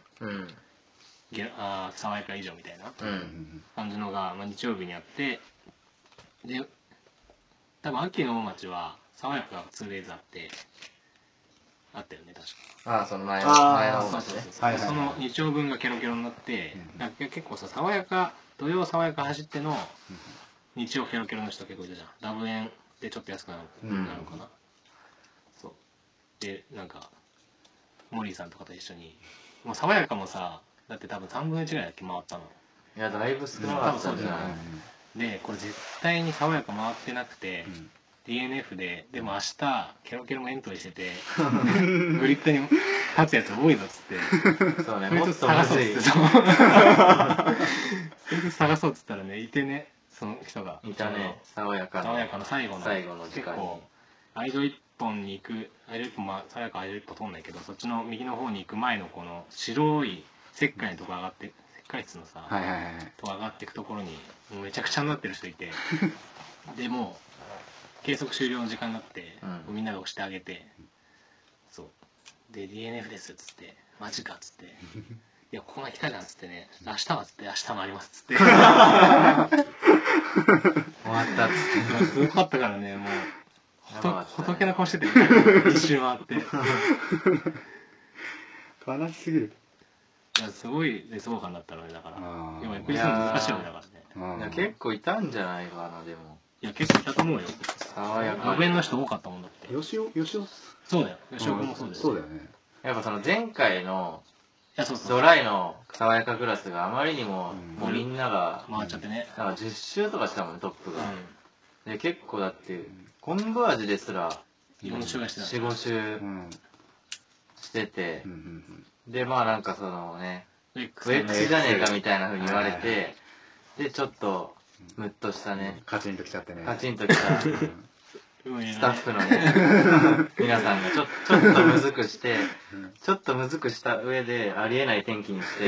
爽やか以上みたいな感じのが、まあ、日曜日にあって、で、多分秋の大町は爽やかが 2days あったよね、確か。 その前の大町ね。 その日曜分がケロケロになって、結構さ、土曜爽やか走っての日曜ケロケロの人結構いるじゃん。ダブ円でちょっと安くなるのかな。そう。で、なんか、モリーさんとかと一緒に、もう爽やかもさ、だって多分3分の1ぐらいだけ回ったの。 いや、だいぶ少なかったんじゃない？ で、これ絶対に爽やか回ってなくて、DNF で、でも明日、ケロケロもエントリーしてて、グリッドに立つやつ多いぞっつって、 そうね、 もっと探そうっつって、そいつ探そうっつったらね、いてね、その人が。 いたね、爽やかの最後の時間に。 結構、アイドル一本に行く、まあ、爽やかアイドル一本通んないけど、そっちの右の方に行く前のこの白い石灰のとこ上がって、石灰質のさ、と上がっていくところに、もうめちゃくちゃになってる人いて、でもう、 計測終了の時間になって、 うん、 みんなで押してあげて、そうで DNF ですっつってマジかっつっていやここまで来たじゃんっつってね明日はっつって明日もありますっつって終わったっつってすごかったからねもう仏の顔してて、ね、一周回って悲しすぎる。 いやすごい絶望感だったのねだからでも翌日も難しいよねだからねいや結構いたんじゃないかなでもいや結構いたと思うよ爽やか路面の人多かったもんだって吉尾そうだよ吉尾君もそうだよ、 そうだよね。 やっぱその前回のそうドライの爽やかクラスがあまりにも、もうみんなが回っちゃってねなんか10周とかしたもんトップが、で結構だって昆布味ですら 4周がしてた 45周してて、でまあなんかそのねウェックスじゃねえかみたいな風に言われて、でちょっとムッとしたねカチンときちゃってね。 カチンときたスタッフのね皆さんがちょっとむずくしてちょっとむずくした上でありえない天気にして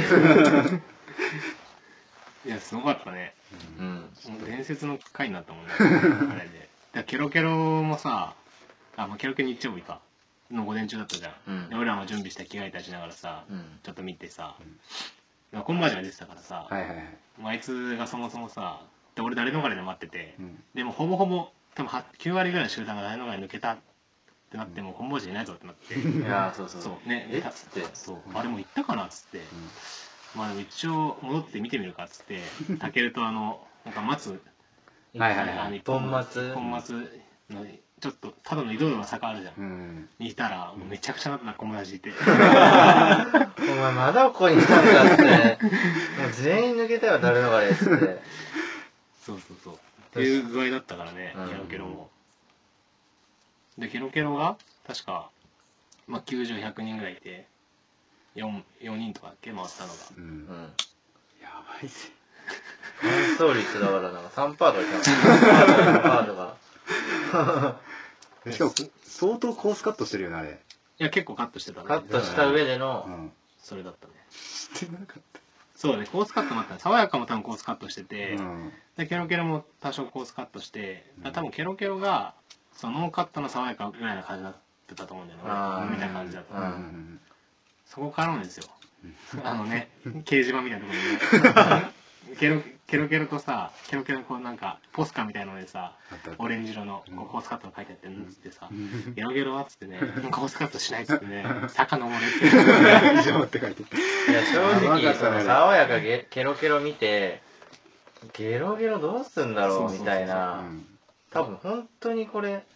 いやすごかったね、もう伝説の回になったもんねあれでケロケロもさケロケロ日曜日かの午前中だったじゃん、で俺らも準備して着替えたりしながらさ、ちょっと見てさ、コンバージョンが出てたからさ、あいつがそもそもさで俺誰逃れで待ってて、でもほぼほぼ多分9割ぐらいの集団が誰逃れ抜けたってなってもコンバージョンいないぞってなっていやそうねっつってそうあれもう行ったかなっつって、まあでも一応戻って見てみるかっつってタケルとなんか待つ本末のちょっとただの移動路の坂あるじゃん、にいたらもうめちゃくちゃなったな友達いてお前まだここにいたんだってもう全員抜けたよ誰逃れっつってそうっていう具合だったからね、ケロケロもでケロケロが確か、90、100人ぐらいいて4人とかだっけ回ったのが、 やばいっす。 完走率だからな3パーとかいたの3パーとかしかも相当コースカットしてるよねあれ。 いや結構カットしてたね。 カットした上での、 それだったね。 してなかった。 そうねコースカットもあったね。爽やかも多分コースカットしてて、でケロケロも多少コースカットして、多分ケロケロがそのノーカットの爽やかぐらいな感じだったと思うんだよね。俺みたいな感じだった。そこからなんですよ。掲示板みたいなところにね。ケロケロとさ、ケロケロこうなんかポスカーみたいなのでさ、オレンジ色のコースカットが書いてあってんつってさ、ゲロゲロはっつってね、コースカットしないっつってね、坂登れって。 以上って書いてる。 いや正直その爽やかケロケロ見て、ゲロゲロどうすんだろうみたいな、多分本当にこれ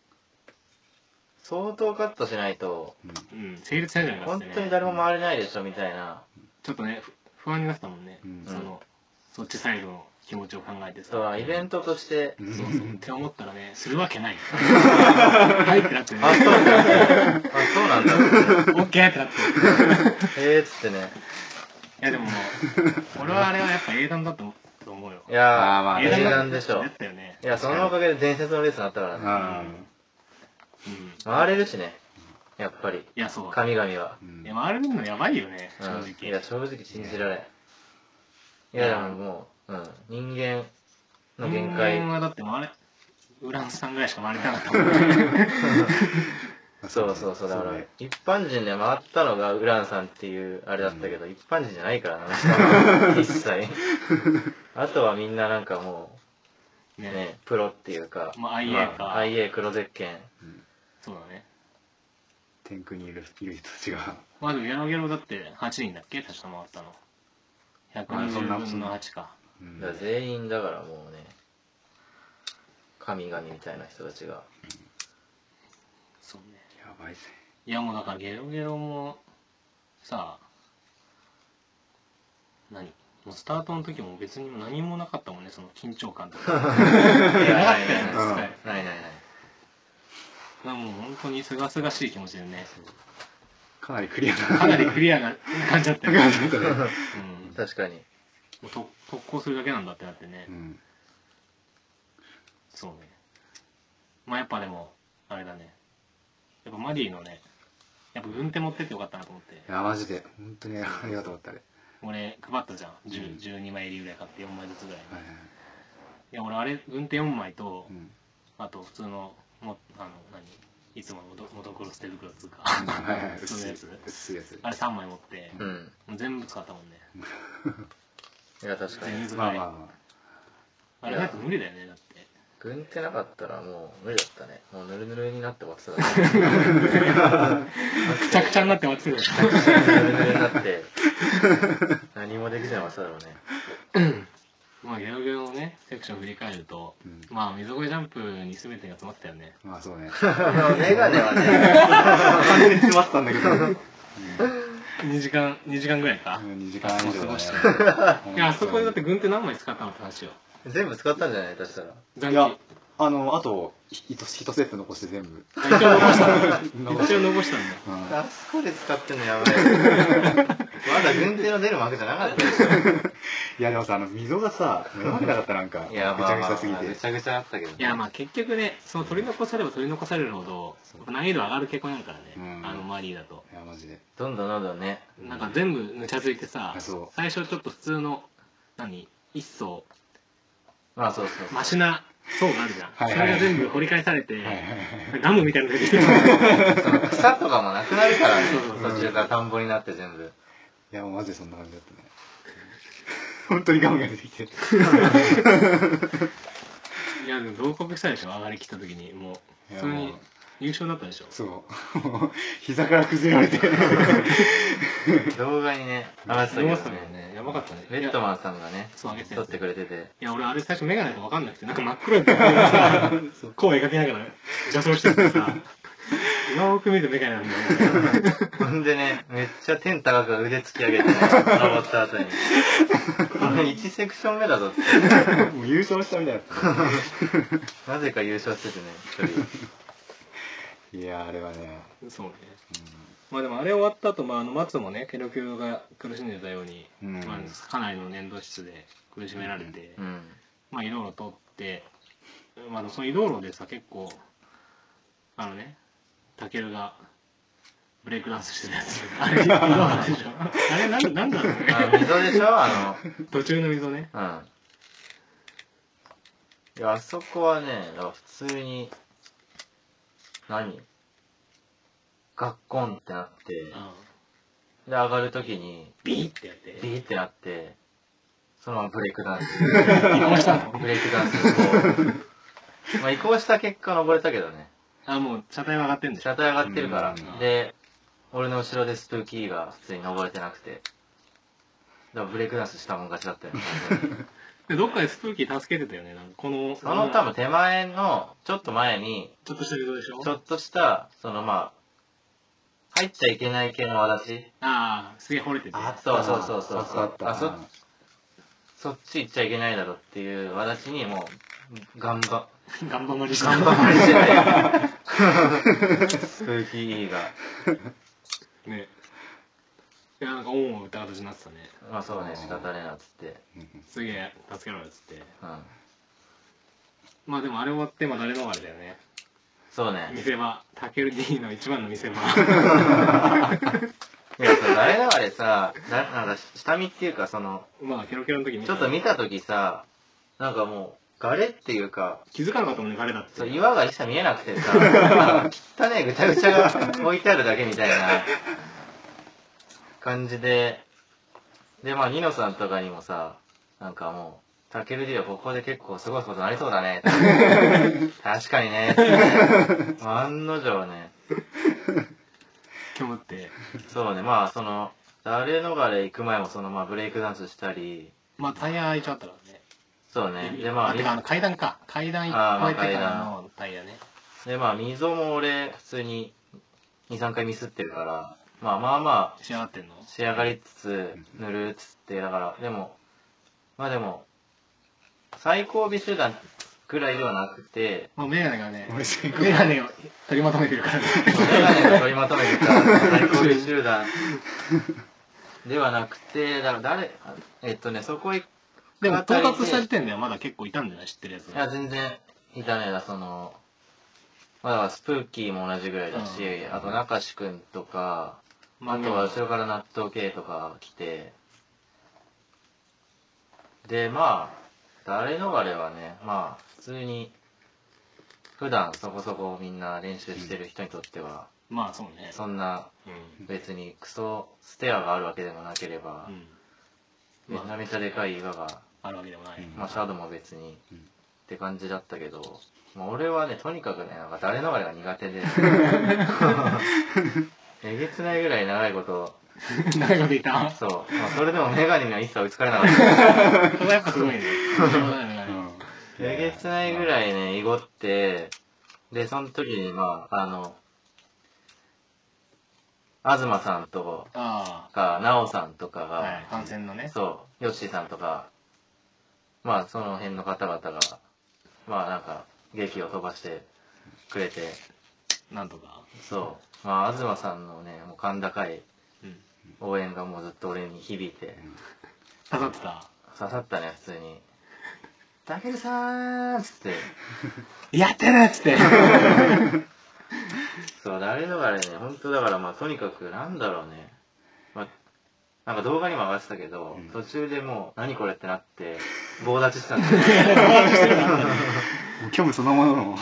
相当カットしないと、 成立しないじゃないかってね。 本当に誰も回れないでしょみたいな。 ちょっとね不安になってたもんね。そっちサイドの気持ちを考えてさ。 イベントとして。 って思ったらね、するわけない。はいってなってね。 そうなんだ。 オッケーってなって。 っつってね。 いやでも、俺はあれはやっぱ英断だと思うよ。 いやー、英断でしょ。いや、そのおかげで伝説のレースになったからね。回れるしね。やっぱり。 いや、そう。 神々は。 いや、回れるのやばいよね、正直。 いや、正直信じられん。いや、でももう、人間の限界。 人間はだって回れ、ウランさんぐらいしか回れなかったもんね。 そう、だから、一般人で回ったのがウランさんっていうあれだったけど、一般人じゃないからな、一切。あとはみんななんかもう、ね、プロっていうか、 IA か。 IA 黒ゼッケン。 そうだね。 天空にいる人たちが。 まずゲロゲロだって8人だっけ確か回ったの。120分の8か。 全員だからもうね、神々みたいな人たちが。 そうね。 やばいぜ。 いやもうだからゲロゲロもさ、もうスタートの時も別に何もなかったもんね、その緊張感とか。ない。もう本当にすがすがしい気持ちでね。 かなりクリアな感じだったよね。 確かに。 もう特攻するだけなんだってなってね。そうね。まあやっぱでも、あれだね。やっぱマディのね、やっぱ軍手持ってってよかったなと思って。 いや、マジで。本当にありがとうってあれ。 俺配ったじゃん。12枚入りぐらい買って4枚ずつぐらい。いや、俺あれ、軍手4枚と、 あと普通のいつものモトクロス手袋つうか普通のやつ薄いやつあれ3枚持って、 うん。 もう全部使ったもんね。 いや、確かに。 まあまあれないと無理だよね、だって。 軍手なかったらもう無理だったね。もうぬるぬるになって終わってたからね。 くちゃくちゃになって待ってるでしょ。 ぬるぬるになって、何もできずに終わってただろうね。 まあ、ゲロゲロのね、セクション振り返ると、まあ、溝越ジャンプに全てが詰まってたよね。 あまあそうね。 メガネはね、 完全に詰まってたんだけど。 2時間ぐらいか。 2時間以上だね。 いや、あそこでだって軍手何枚使ったのって話よ。 全部使ったんじゃない出したら。 いや、あと、1セット残して全部。 一応残したんだ。一応残したんだ。 あそこで使ってんのやばい。まだ軍手の出る幕じゃなかったでしょ。 いやでもさ、溝がさ、目の前だったらなんか、ぐちゃぐちゃすぎて。 ぐちゃぐちゃあったけど。 いや、まあ結局ね、その取り残されば取り残されるほど、難易度上がる傾向になるからね。マリーだと。 いや、マジで。 どんどんね。 なんか全部ぬちゃついてさ、 そう最初ちょっと普通の、一層、 まあそう。 マシな層があるじゃん。 はいはいそれが全部掘り返されて、ガムみたいなのが出てる。 その草とかもなくなるからね。途中から田んぼになって全部。 いや、もうマジでそんな感じだったね。本当にガムが出てきて。いや、でも同国したでしょ、上がりきった時に。もう、普通に優勝だったでしょ。 そう。膝から崩れられて。 動画にね、上がってたけどね。やばかったね。 レッドマンさんがね、 そう、上げて撮ってくれてて。 いや、俺あれ最初メガネと分かんなくて、なんか真っ黒いさ、声描きながら邪走しててさ、よーく見るとメガネなんだよ。 ほんでね、めっちゃ天高く腕突き上げてね、登った後に。1セクション目だぞって。 もう優勝したみたいな。 なぜか優勝しててね、 一人。いや、あれはね。 そうね。まあでもあれ終わった後、松もね、ケロキューが苦しんでたように、かなりの粘土質で苦しめられて、まあ移動路通って、まあその移動路でさ、結構、タケルがブレイクダンスしてたやつ。あれ、移動路でしょ。あれ、なんだろうね。 溝でしょ途中の溝ね。 いや、あそこはね、だから普通に、ガッコンってなって、で、上がるときに、 ビーってやって。 ビーってなって、そのままブレイクダンス。移行したの？ブレイクダンスにまあ移行した結果登れたけどね。 もう車体は上がってんでしょ。 車体上がってるから。で、俺の後ろでスプーキーが普通に登れてなくて。だからブレイクダンスしたもん勝ちだったよね。 で、どっかでスプーキー助けてたよね。 その多分手前の、ちょっと前に、 ちょっとした溝でしょ？ ちょっとした、入っちゃいけない系のわだち。 すげえ掘れてて。 そう。そっち行っちゃいけないだろっていうわだちにもう、ガンバマリしてた。スプーキーが。 ね。いや、なんか恩を売った形になってたね。 まあそうね、仕方ねえなっつって。 すげえ、助けろよっつって。まあでもあれ終わって、誰逃れだよね。 そうね。 見せ場。タケル D の一番の見せ場。 いや、誰逃れさ、なんか下見っていうかケロケロの時にちょっと見た時さ、なんかもう、ガレっていうか、 気づかなかったもんね、ガレだって。 岩が一切見えなくてさ、汚ねえぐちゃぐちゃが置いてあるだけみたいな感じで、で、ニノさんとかにもさ、なんかもう、タケル D はここで結構すごいことなりそうだね。確かにね。案の定ね。 煙って。 そうね、誰逃れ行く前もブレイクダンスしたり。 タイヤ開いちゃったからね。 そうね。で、 階段か。階段越えてからのタイヤね。 で、溝も俺、普通に2、3回ミスってるから、 仕上がってんの？ 仕上がりつつ、塗るっつって、だから、でも、最後尾手段くらいではなくて、 もうメガネがね、メガネを取りまとめてるからね。 メガネが取りまとめてるから、最後尾集団ではなくて、だからそこ行く。 でも到達した時点ではまだ結構いたんじゃない？知ってるやつ。 いや、全然いたね。だからスプーキーも同じぐらいだし、あと中志くんとか、あとは後ろから納豆系とか来て、で、誰逃れはね、普通に、 普段そこそこみんな練習してる人にとっては、 まあそうね。 そんな別にクソステアがあるわけでもなければ、めちゃめちゃでかい岩があるわけでもない。 まあシャドウも別にって感じだったけど、まあ、俺はねとにかくねなんか誰逃れが苦手でえげつないぐらい長いこと長いこといた。 そう、まあ、それでもメガネには一切追いつかれなかったそれはやっぱすごいね。 えげつないぐらいね濁って、でその時にまあ東さんとか奈緒さんとかが、 はい、観戦のね、 そうヨッシーさんとかまあその辺の方々がまあなんか劇を飛ばしてくれて、 なんとかそうまあ東さんのねもう甲高い応援がもうずっと俺に響いて、 刺さってた。 刺さったね普通に。たけるさーんっつってやってるっつってそう誰のがね本当だからまあとにかくなんだろうね、まあなんか動画にも上がってたけど、途中でもう何これってなって棒立ちしたんですよ虚無そのものの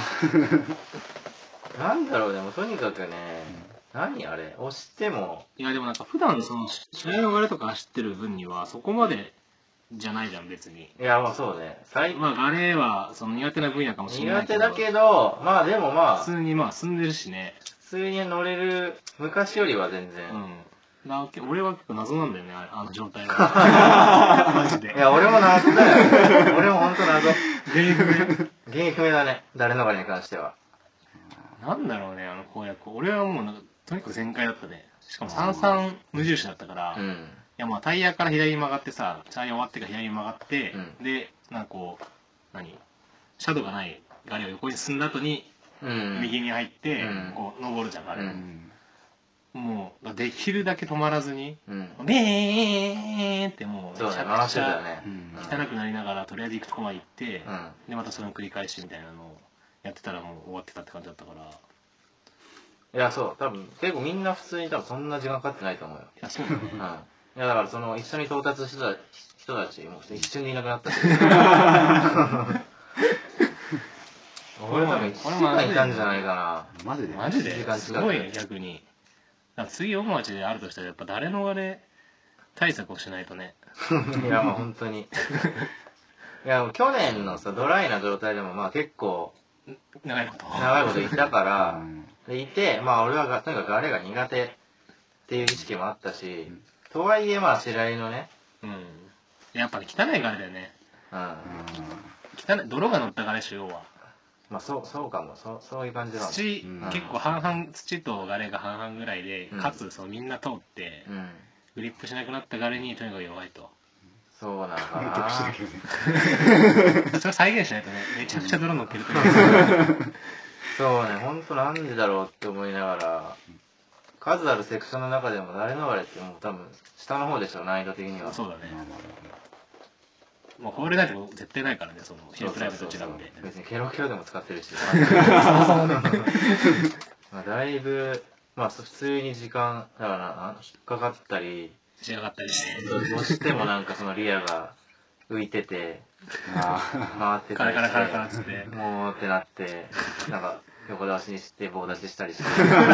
なんだろうねもうとにかくね、何あれ押してもいやでもなんか普段その試合のガレとか走ってる分にはそこまでじゃないじゃん別に。 いやまあそうねまあガレはその苦手な分野かもしれないけど、 苦手だけどまあでもまあ普通にまあ進んでるしね、 普通に乗れる昔よりは全然、 俺は結構謎なんだよねあの状態はマジで。 いや俺も謎だよ俺も本当謎原因不明原因不明だね誰逃れに関しては。 なんだろうねあの攻略。俺はもうなんかとにかく全開だったね。しかも33無印だったから、いやまあタイヤから左に曲がってさ、タイヤ終わってから左に曲がって、でなんかこうシャドウがないガレを横に進んだ後に、右に入って、こう登るじゃんガレ、もうできるだけ止まらずに、ベーンってもうめちゃくちゃ汚くなりながらとりあえず行くとこまで行って、でまたそれの繰り返しみたいなのをやってたらもう終わってたって感じだったから。 いやそう多分結構みんな普通に多分そんな時間かかってないと思うよ。 いやそうだね、 いやだからその一緒に到達してた人たちもう一瞬でいなくなったし俺多分1時間いたんじゃないかな。 マジでマジですごいね逆に。次大町であるとしたらやっぱ誰逃れ対策をしないとねいやまあ本当にいや去年のさドライな状態でもまあ結構長いこといたからでいてまあ俺はとにかくあれが苦手っていう意識もあったし、とはいえまあ白井のね、 やっぱり汚いガレだよね。汚い泥が乗ったガレしようは。 まあそうかもそういう感じだもん。 土、結構半々土とガレが半々ぐらいで、かつそのみんな通って、グリップしなくなったガレにとにかく弱いと。 そうなのかな。 それ再現しないとね、めちゃくちゃ泥乗ってると思う。 そうね、ほんとなんでだろうって思いながら、数あるセクションの中でも誰逃れってもう多分下の方でしょ難易度的には。 そうだね。まあこれないと絶対ないからね、そのヒルクライブと違って。 別にケロケロでも使ってるし。まあだいぶまあ普通に時間だから引っかかったり仕上がったりして。 どうしてもなんかそのリアが浮いてて回ってたりしてカラカラっつってもうってなってなんか横倒しにして棒立ちしたりして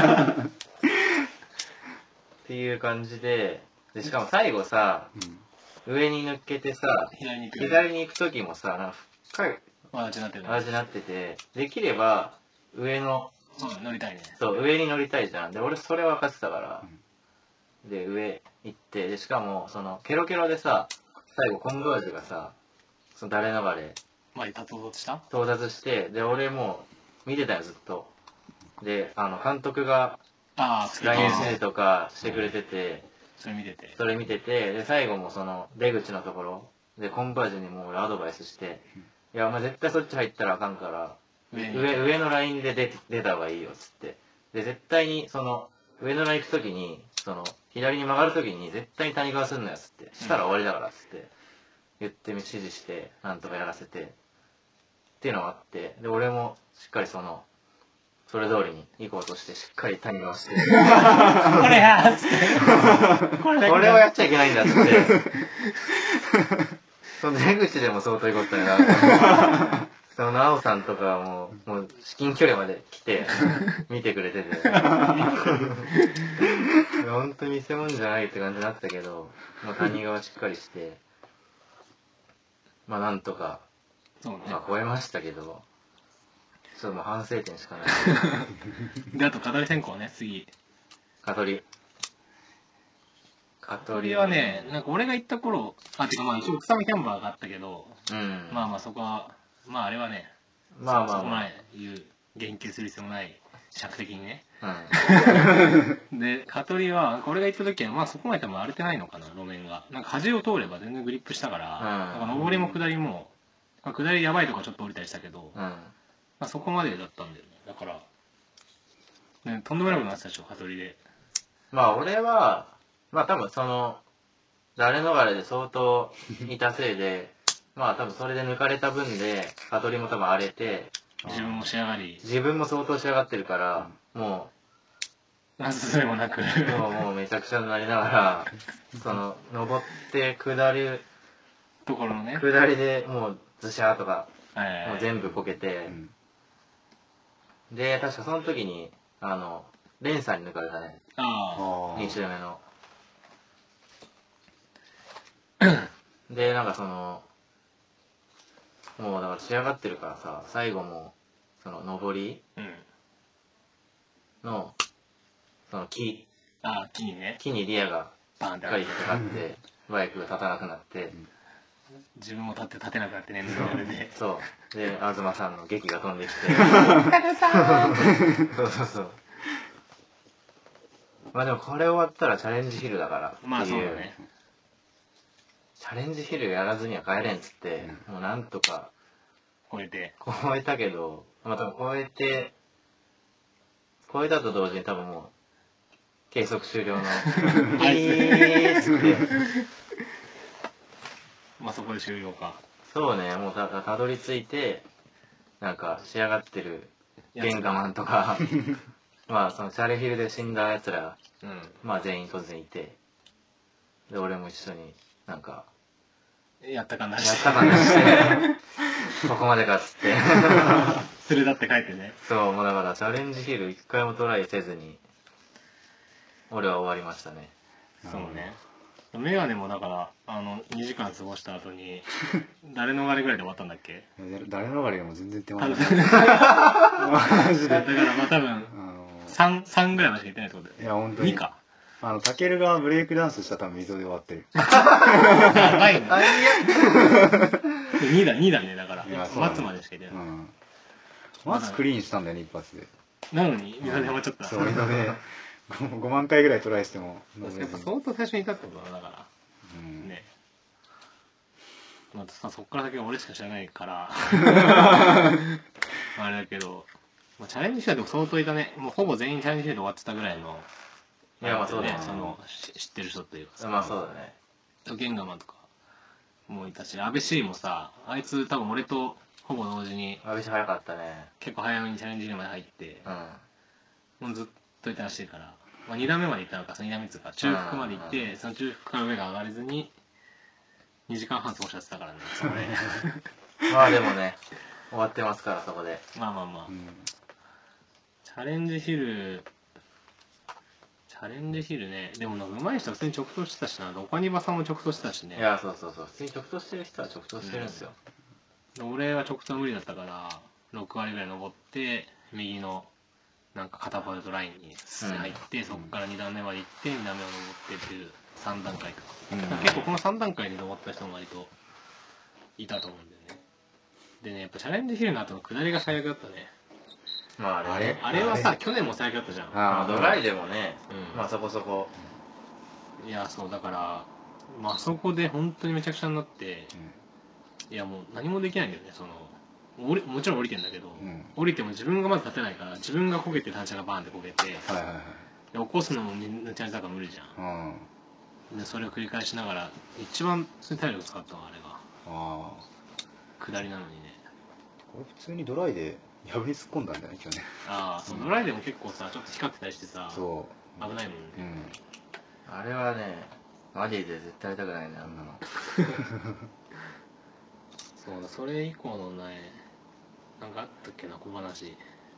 っていう感じでしかも最後さ、上に抜けてさ左に行く時もさなんか深い味になっててできれば上の乗りたいね。 そう上に乗りたいじゃん。で俺それ分かってたから、で上行ってでしかもそのケロケロでさ最後コンバージュがさその誰逃れ到達してで俺もう見てたよずっとで監督が LINE 指示とかしてくれててそれ見ててで最後もその出口のところでコンバージュにもう俺アドバイスしていやお前絶対そっち入ったらあかんから上のラインで出た方がいいよっつってで絶対にその上のライン行く時にその左に曲がる時に絶対に谷川すんなよっつってしたら終わりだからっつって言って指示してなんとかやらせてっていうのがあってで俺もしっかりそれ通りに行こうとしてしっかり谷川してこれやっつってこれをやっちゃいけないんだっつってその出口でも相当いこったよなそのなおさんとかはもう至近距離まで来て見てくれてて本当に見せ物じゃないって感じになったけど、まあ、谷川しっかりしてまあなんとか、 そうね、 まあ超えましたけど、ちょっともう反省点しかないで、あと語り選考ね、次香取はね、なんか俺が行った頃、てかまあ一応草のキャンバーがあったけど、まあまあそこは、まああれはね、 まあまあそこまで言及する必要もない尺的にね。で、香取は、俺が行った時はまあそこまで多分荒れてないのかな、路面が。なんか端を通れば全然グリップしたから、なんか上りも下りも、まあ、下りやばいとこちょっと降りたりしたけど、まあそこまでだったんだよね。だから、ね、とんでもなくなってたでしょ、香取で。 まあ俺は、まあ多分その、誰逃れで相当いたせいで、まあ多分それで抜かれた分で、香取も多分荒れて、 自分も仕上がり。 自分も相当仕上がってるから、もう、なんそれもなく。 もうめちゃくちゃになりながら、その、登って下る、 ところのね。 下りでもうズシャーとか、もう全部こけて、で、確かその時に、レンさんに抜かれたね。2周目の。で、なんかその、もうだから仕上がってるからさ、最後も、その、上りの、その木にね。 木にリアがしっかり引っかかって、バイクが立たなくなって、 自分も立てなくなってね、 そう。で、東さんの劇が飛んできて。そう。まあでもこれ終わったらチャレンジヒルだからっていう。 まあそうだね。 チャレンジヒルやらずには帰れんっつって、もうなんとか超えたけど、まあ多分超えたと同時に多分もう計測終了のピーっつってまあそこで終了か。 そうね、もうたどり着いて、なんか仕上がってるゲンガマンとかまあそのチャレヒルで死んだやつら、まあ全員突然いて、で俺も一緒になんかやったかなしてここまでかっつってそれだって書いてね。 そう、もうだからチャレンジヒル一回もトライせずに俺は終わりましたね。 そうね。メガネもだから2時間過ごした後に誰逃れぐらいで終わったんだっけ？ 誰逃れでも全然手間ない。 マジで。だからまあ多分3ぐらいまでしか行ってないってことだよね。 いや本当に。 2か。 タケルがブレイクダンスしたら多分溝で終わってる。 やばいね。2だね、だから。松までしか行ってない。 松クリーンしたんだよね、一発で。 なのに溝で終わっちゃった。 そう、溝で5万回ぐらいトライしても。 やっぱ相当最初にいたってことだから。ね。またさ、そっから先は俺しか知らないから。あれだけど、チャレンジしたらでも相当いたね。もうほぼ全員チャレンジして終わってたぐらいの。 いやまあそうだね。 知ってる人っていうかさ。 まあそうだね。 ゲンガマンとかもいたし、安倍 C もさ、あいつ多分俺とほぼ同時に。 安倍 C 早かったね。 結構早めにチャレンジまで入って、もうずっといたらしいから、まあ、2段目まで行ったのか、その2段目っていうか、中腹まで行って、その中腹から上が上がれずに、2時間半過ごしちゃってたからね、そこで。 まあでもね、終わってますから、そこで。 まあ。チャレンジヒルね、でも上手い人は普通に直投してたしな、オカニバさんも直投してたしね。 いや、そう。普通に直投してる人は直投してるんですよ。 俺は直投無理だったから、6割ぐらい登って、右の、なんかカタパルトラインに入って、そこから2段目まで行って、2段目を登ってっていう3段階か。結構この3段階に登った人も割といたと思うんだよね。でね、やっぱチャレンジヒルの後の下りが最悪だったね。 まああれはさ、去年も最悪だったじゃん。 まあドライでもね、まあそこそこ。 いや、そう、だから、まあそこで本当にめちゃくちゃになって、いやもう何もできないんだよね、もちろん降りてんだけど、降りても自分がまず立てないから、自分がこけて単車がバーンってこけて、起こすのもめちゃめちゃ無理じゃん。でそれを繰り返しながら、一番体力使ったのはあれが。下りなのにね。 これ普通にドライで破り突っ込んだんだよね、今日ね。 そう、ドライでも結構さ、ちょっと光ってたりしてさ、危ないもんね。 あれはね、マジで絶対やりたくないね、あんなの。 そうだ、それ以降のね、 なんかあったっけな、小話。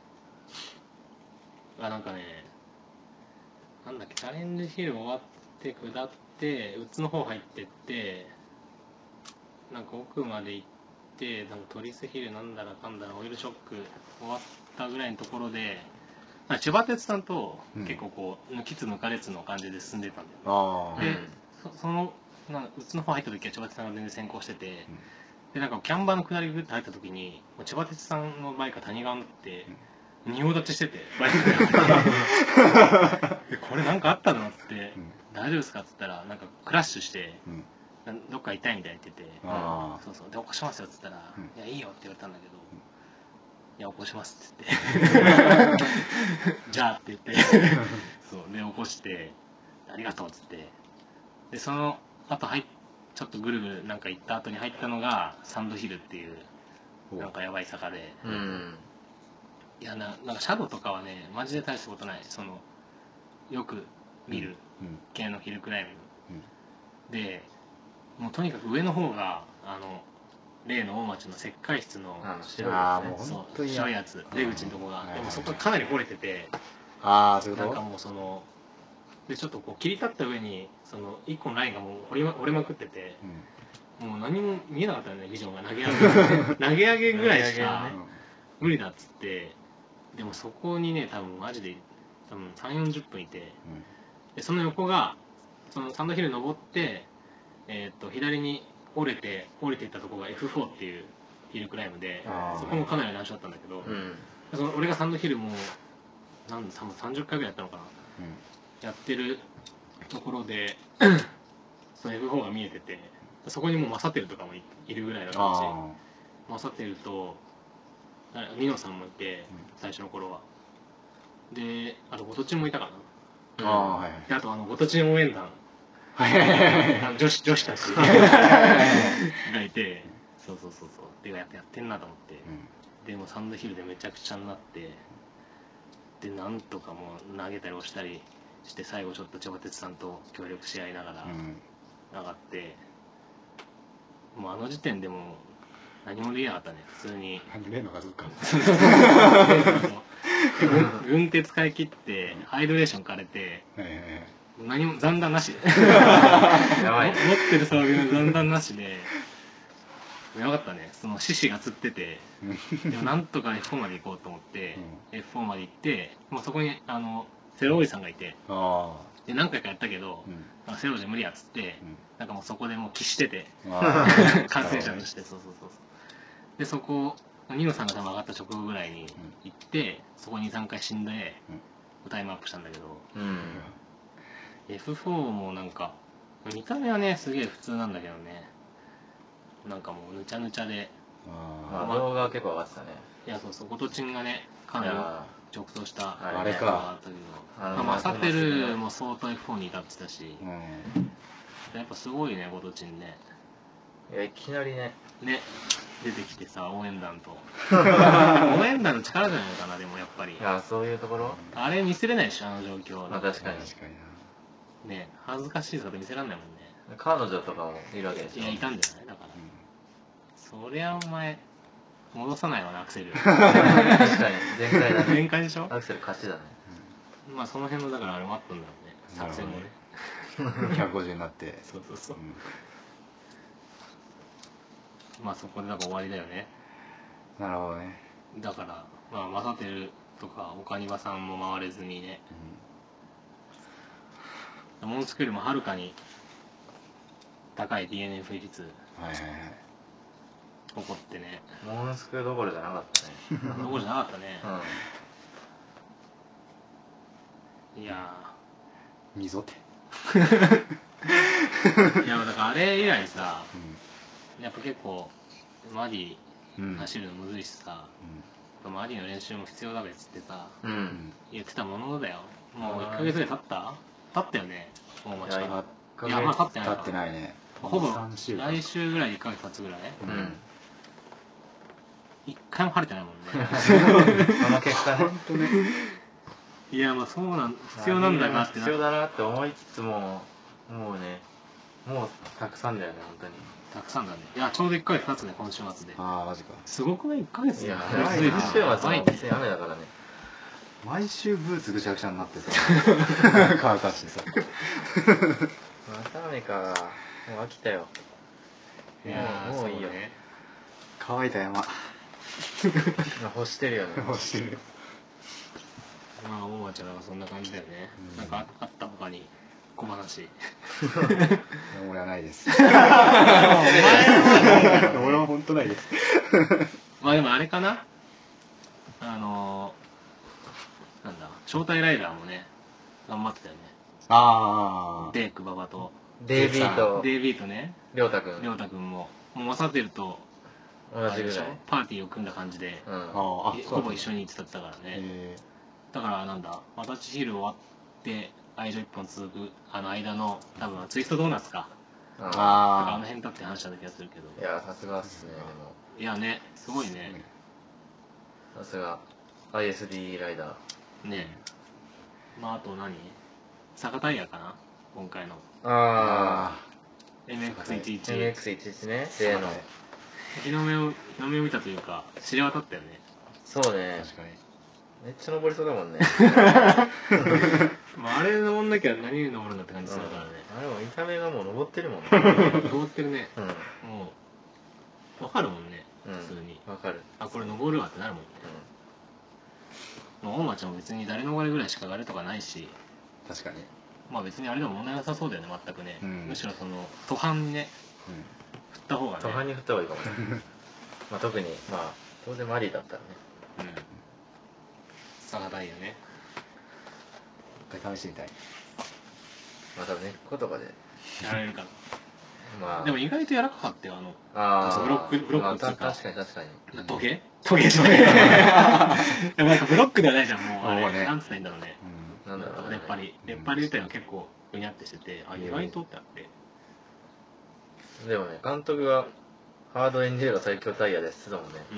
なんかね、なんだっけ、チャレンジヒル終わって下ってうつの方入ってって、なんか奥まで行って、なんかトリスヒルなんだらかんだらオイルショック終わったぐらいのところで、千葉哲さんと結構こう抜きつ抜かれつの感じで進んでたんだよね。で、そのうつの方入った時は千葉哲さんが全然先行してて、でなんかキャンバーの下りグッと入った時に千葉哲さんのバイクが谷川になって仁王立ちしてて、バイクでこれなんかあったのって大丈夫ですかって言ったら、なんかクラッシュして、どっか痛いみたいに言ってて、そうそうで起こしますよって言ったら、いやいいよって言われたんだけど、いや起こしますって言ってじゃあって言ってそうで起こしてありがとうっつって、でその後ちょっとぐるぐるなんか行った後に入ったのがサンドヒルっていうなんかやばい坂で、いやなんかシャドウとかはねマジで大したことない、そのよく見る系のヒルクライム、でもうとにかく上の方が例の大町の石灰質の白いやつね、 そう白いやつ、出口のとこが、でもそこかなり掘れてて、 そういうこと、 なんかもうそのでちょっとこう切り立った上にその1個のラインがもう折れまくってて、もう何も見えなかったよね、ビジョンが投げ上げぐらいしか無理だっつって、でもそこにね多分マジで3、40分いて、でその横がそのサンドヒル登って、左に折れていったところが F4 っていうヒルクライムで、そこもかなり難所だったんだけど、その俺がサンドヒルも多分30回ぐらいやったのかな、やってるところでその F4 が見えてて、そこにもうマサテルとかもいるぐらいだったし、マサテルとニノさんもいて最初の頃は、であとゴトチンもいたかな、であとゴトチン応援団女子たちがいて、そうでやってんなと思って、でもサンドヒルでめちゃくちゃになって、でなんとかもう投げたり押したりして最後ちょっと千葉哲さんと協力し合いながら上がって、もうあの時点でも何もできなかったね、普通に例の画像か軍手使い切ってハイドレーション枯れて、何も残弾なしでやばい、 持ってる装備の残弾なしでやばかったね。その獅子が釣ってて、でもなんとか F4 まで行こうと思って、F4 まで行って、そこにセロおじさんがいて、で何回かやったけど、セロじゃ無理やっつって、なんかもうそこでもう喫してて感染者として、そうでそこニノさんが多分上がった直後ぐらいに行って、そこに3回死んでタイムアップしたんだけど、F4 もなんか見た目はねすげえ普通なんだけどね、なんかもうぬちゃぬちゃで、 動画は結構上がってたね。 いやそうゴトチンがねかなり直送したあれかあったけど、マサテルも相当 F4 にいたってたし、やっぱすごいねゴトチンね。 いやいきなりね出てきてさ、応援団と応援団の力じゃないのかな、でもやっぱり。 いやそういうところあれ見せれないでしょ、あの状況。 確かにね、恥ずかしい姿見せらんないもんね。 彼女とかもいるわけでしょ。 いやいたんじゃない、だから、そりゃお前戻さないわな、アクセル。 確かに全開だね。 全開でしょ。 アクセル勝ちだね。 まあその辺のだからあれもあったんだろうね、作戦もね。 150になってそう、まあそこでなんか終わりだよね。 なるほどね。 だからまあマサテルとかオカニバさんも回れずにね、モンスクールもはるかに高い DNF 比率起こってね。 モンスクどころじゃなかったね。 どころじゃなかったね。いやー溝っていやだからあれ以来さ、やっぱ結構マディ走るのむずいしさ、マディの練習も必要だべっつってさ、言ってたものだよ。もう1ヶ月ぐらい経ったよね、大町から。いやまあ経ってないね。 ほぼ来週ぐらいで1ヶ月経つぐらい。一回も晴れてないもんね。 その結果ね。 いやまあそう必要なんだなって必要だなって思いつつも、もうたくさんだよね本当に。 たくさんだね。いやちょうど1ヶ月経つね今週末で。 ああマジか。 すごくない1ヶ月いや続来週末は毎別に雨だからね。 毎週ブーツぐちゃぐちゃになってさ乾かしてさまた雨か。もう飽きたよ。 いやもういいよ。 ね、乾いた山干してるよね。 干してる。 まあ大町はそんな感じだよね。なんかあった他に小話。 俺はないですお前は俺は本当ないですまあでもあれかな、なんだ招待ライダーもね頑張ってたよね。 ああデーク馬場とデイビーとねりょうたくんもマサテルと同じぐらいパーティーを組んだ感じで、ほぼ一緒に行ってたからね。だからなんだ私ヒル終わって愛情一本続く間の多分ツイストドーナツか、あの辺だって話した気がするけど。 いやさすがっすね。でもいやねすごいね。 さすが ISD ライダーね。まああと坂タイヤかな今回の。MX11 ね。例の日の目を見たというか知れ渡ったよね。 そうね。確かにめっちゃ登りそうだもんね。 まああれ登んなきゃ何に登るんだって感じするからね。 あれも見た目がもう登ってるもんね。 登ってるね。もう分かるもんね普通に。 分かる。 あこれ登るわってなるもんね。大町も別に誰登りぐらいしかあれとかないし。 確かに。 まあ別にあれでも問題なさそうだよね全くね。むしろその途半にね振った方がね。 途半に振った方がいいかもね。まあ特にまあ当然マリーだったらね。 坂タイヤね。 一回試してみたい。 まあ多分根っことかでやられるかな。 まあでも意外と柔らかかったよブロックっていうか。 確かにトゲじゃないでもなんかブロックではないじゃんもうあれね。 なんつったらいいんだろうね。 なんだろうね。 出っ張り自体は結構ぐにゃってしてて意外とってあって。 でもね監督がハードエンデューロ最強タイヤですだもんね。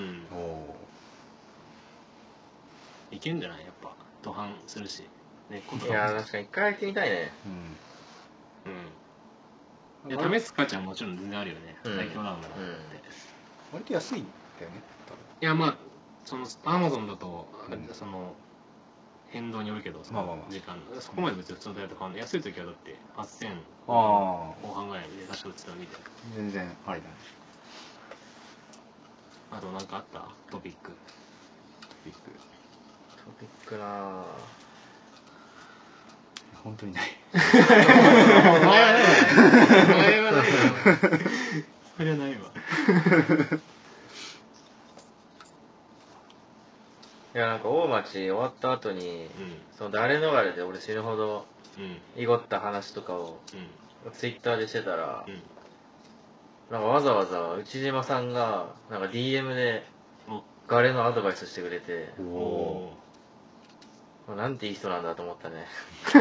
いけんじゃないやっぱ途半するし根っことか。 いや確かに一回やってみたいね。 試す価値はもちろん全然あるよね。最強なんだなって。 割と安いんだよね。 いやまあそのアマゾンだとその変動によるけど、その時間そこまで別に普通のタイヤと変わんない。安い時はだって8000後半ぐらいで確か売ってたの見て。 全然ありだね。 あとなんかあったトピックな本当にない。 前はないよ。それはないわ。 いやなんか大町終わった後に、その誰逃れで俺死ぬほどいごった話とかを、ツイッターでしてたら、なんかわざわざ内島さんがなんか DM でガレのアドバイスしてくれて、なんていい人なんだと思ったね。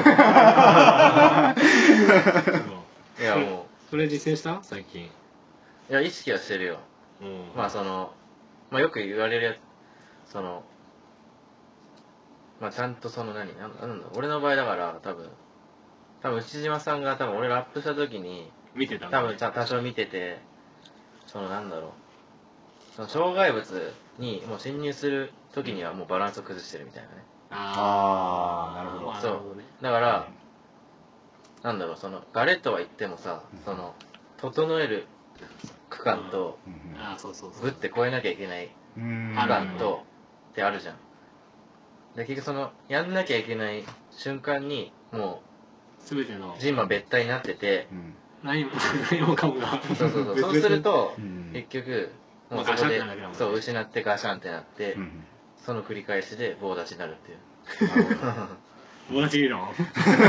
いやもうそれ実践した最近。 いや意識はしてるよ。まあそのまあよく言われるやつそのまあちゃんとそのなんだ俺の場合だから多分内島さんが多分俺ラップした時に見てた多分多少見てて、そのなんだろうその障害物にもう侵入する時にはもうバランスを崩してるみたいなね。 なるほど。 そうだからなんだろうそのガレとは言ってもさ、その整える区間とグッて越えなきゃいけない区間とってあるじゃん。で結局そのやんなきゃいけない瞬間にもう全ての人馬別体になってて、 何もかもがそうすると結局もうそこでそう失ってガシャンってなって、その繰り返しで棒立ちになるっていう。 棒立ち理論。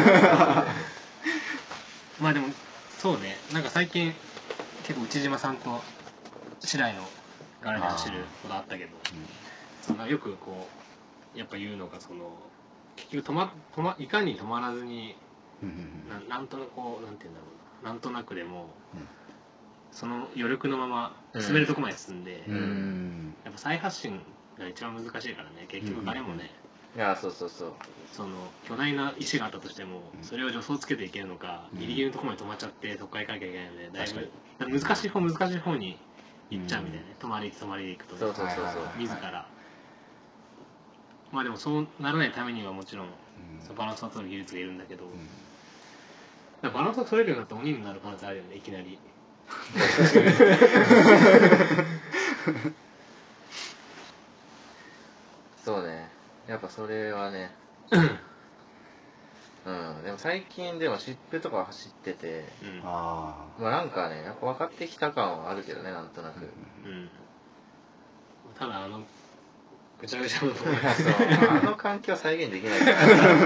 まあでもそうねなんか最近結構内島さんと白井のガレで走ることあったけど、そのよくこうやっぱ言うのがその結局いかに止まらずになんとなくこうなんて言うんだろうななんとなくでもその余力のまま進めるとこまで進んで、やっぱ再発進が一番難しいからね結局ガレもねいやそうそうそう、 その巨大な石があったとしてもそれを助走つけていけるのか、ギリギリのところまで止まっちゃってそこから行かなきゃいけないので、だいぶ難しい方に行っちゃうみたいなね、止まりで行くとね、 そうそうそうそう、 自ら、まあでもそうならないためにはもちろん、バランスを取る技術がいるんだけど、だからバランスが取れるようになって鬼になる可能性あるよね、いきなり。 そうね、やっぱそれはねでも最近でも湿布とか走ってて、まあなんかねやっぱ分かってきた感はあるけどね、なんとなく、 ただぐちゃぐちゃのそう環境再現できないから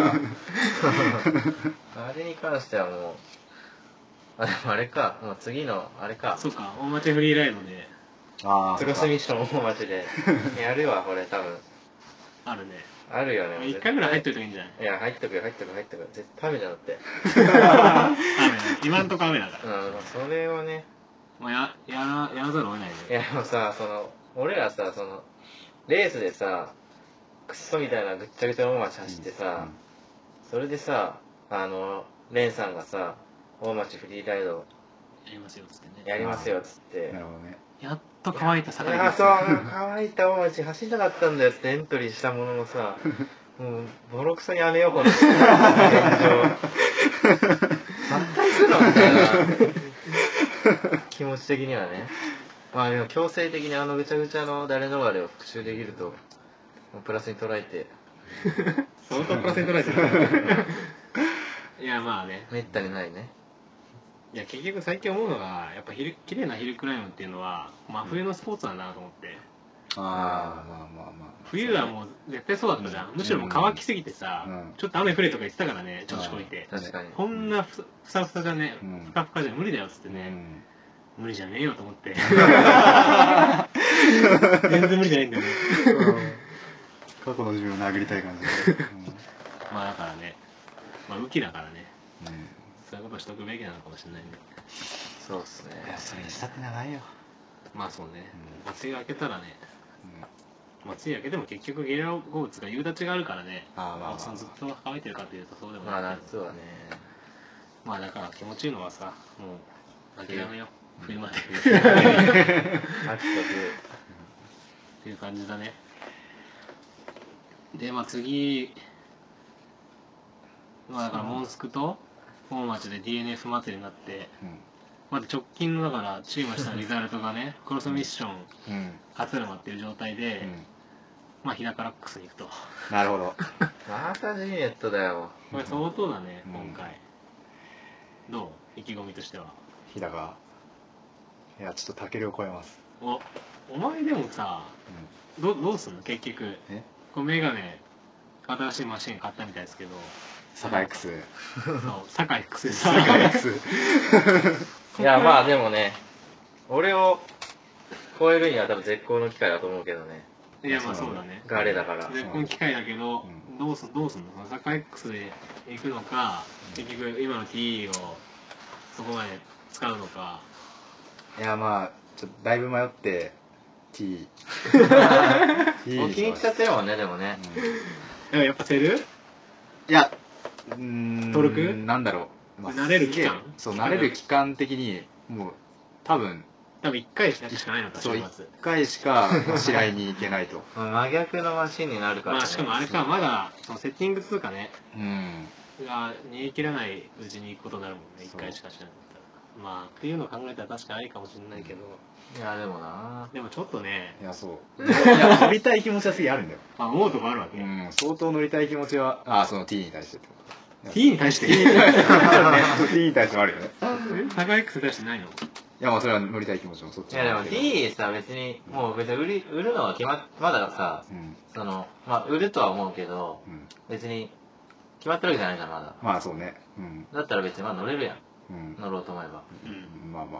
あれに関してはもうでもあれか、もう次のあれか、 そうか、大町フリーライドでクロスミッション大町でやるわこれ多分あるね。 あるよね。 1回ぐらい入っといたらいいんじゃない？ いや、入っとく。絶対雨だって。 雨、今んとこ雨だから。 それはね。 もうやらざるを得ないね。 いや、でもさ、俺らさ、レースでさ、クソみたいなぐっちゃぐちゃの大町走ってさ、それでさ、レンさんがさ、大町フリーライドやりますよっつってね。 やりますよっつって。 なるほどね。 やっと乾いた坂いや、そう、乾いた大町走りたかったんだよってエントリーしたもののさ、もう、ボロクソにやめよう、この現状。脱退するのみたいな。気持ち的にはね。まあでも強制的にぐちゃぐちゃの誰逃れを復習できると、プラスに捉えて。 相当プラスに捉えてる。いや、まあね。 めったにないね。 いや、結局最近思うのが、やっぱ綺麗なヒルクライムっていうのは、真冬のスポーツなんだなと思って。 まあ冬はもう絶対そうだったじゃん。むしろもう乾きすぎてさ、ちょっと雨降れとか言ってたからね、調子こいて。 確かに。 こんなふさふさじゃね、ふかふかじゃ無理だよっつってね、無理じゃねえよと思って。全然無理じゃないんだよね。 過去の自分を殴りたい感じ。 まあだからね、まあ雨季だからね、そういうことしとくべきなのかもしれないね。 そうっすね。 いや、それにしたって長いよ。 まあそうね。まあ梅雨明けたらね、まあ梅雨明けでも結局ゲリラ豪雨が夕立があるからね、ずっと乾いてるかというとそうでもない。 まあ夏はね。 まあだから気持ちいいのはさ、もう諦めよう。冬まで。秋と冬。っていう感じだね。で、まあ次、まあだからモンスクと大町で DNF 祭りになって、まだ直近のだからチームしたリザルトがね、クロスミッション勝沼っていう状態で、まあ日高ラックスに行くと。 なるほど。 またジーネットだよ。 これ相当だね、今回。どう？意気込みとしては。 日高。いや、ちょっとタケルを超えます。 お前でもさ、どうすんの結局。こうメガネ、新しいマシン買ったみたいですけど。 サカ X。 そう、サカ X でさ。 サカ X。 いや、まあでもね、俺を超えるには多分絶好の機会だと思うけどね。 いや、まあそうだね。 ガレだから。 絶好の機会だけど、どうすんのサカ X で行くのか、結局今の T をそこまで使うのか。 いや、まあ、ちょっとだいぶ迷って、T。 気に入っちゃってるもんね、でもね。 やっぱセル？ いや、 トルク？ なんだろう。 慣れる期間？ そう、慣れる期間的に、もう、多分 1回しかないのか、 そう、1回しか試合に行けないと。 真逆のマシンになるからね。 まあしかもあれか、まだそのセッティング通過ね、が逃げ切らないうちに行くことになるもんね、1回しかしなかったら。まあっていうのを考えたら確かにいいかもしれないけど。 いやでもな。 でもちょっとね。 いやそう。いや乗りたい気持ちは次あるんだよ。 あ、思うとこあるわけ。 相当乗りたい気持ちは、その T に対してってこと。 T に対して T に対してもあるよね。 サカ X に対してないの？ いやまあそれは乗りたい気持ちもそっち。 いやでも T さ別にもう別に売るのはまださ、まあ売るとは思うけど、別に決まってるわけじゃないじゃんまだ。 まあそうね。 だったら別にまあ乗れるやん。乗ろうと思えば。 まあ。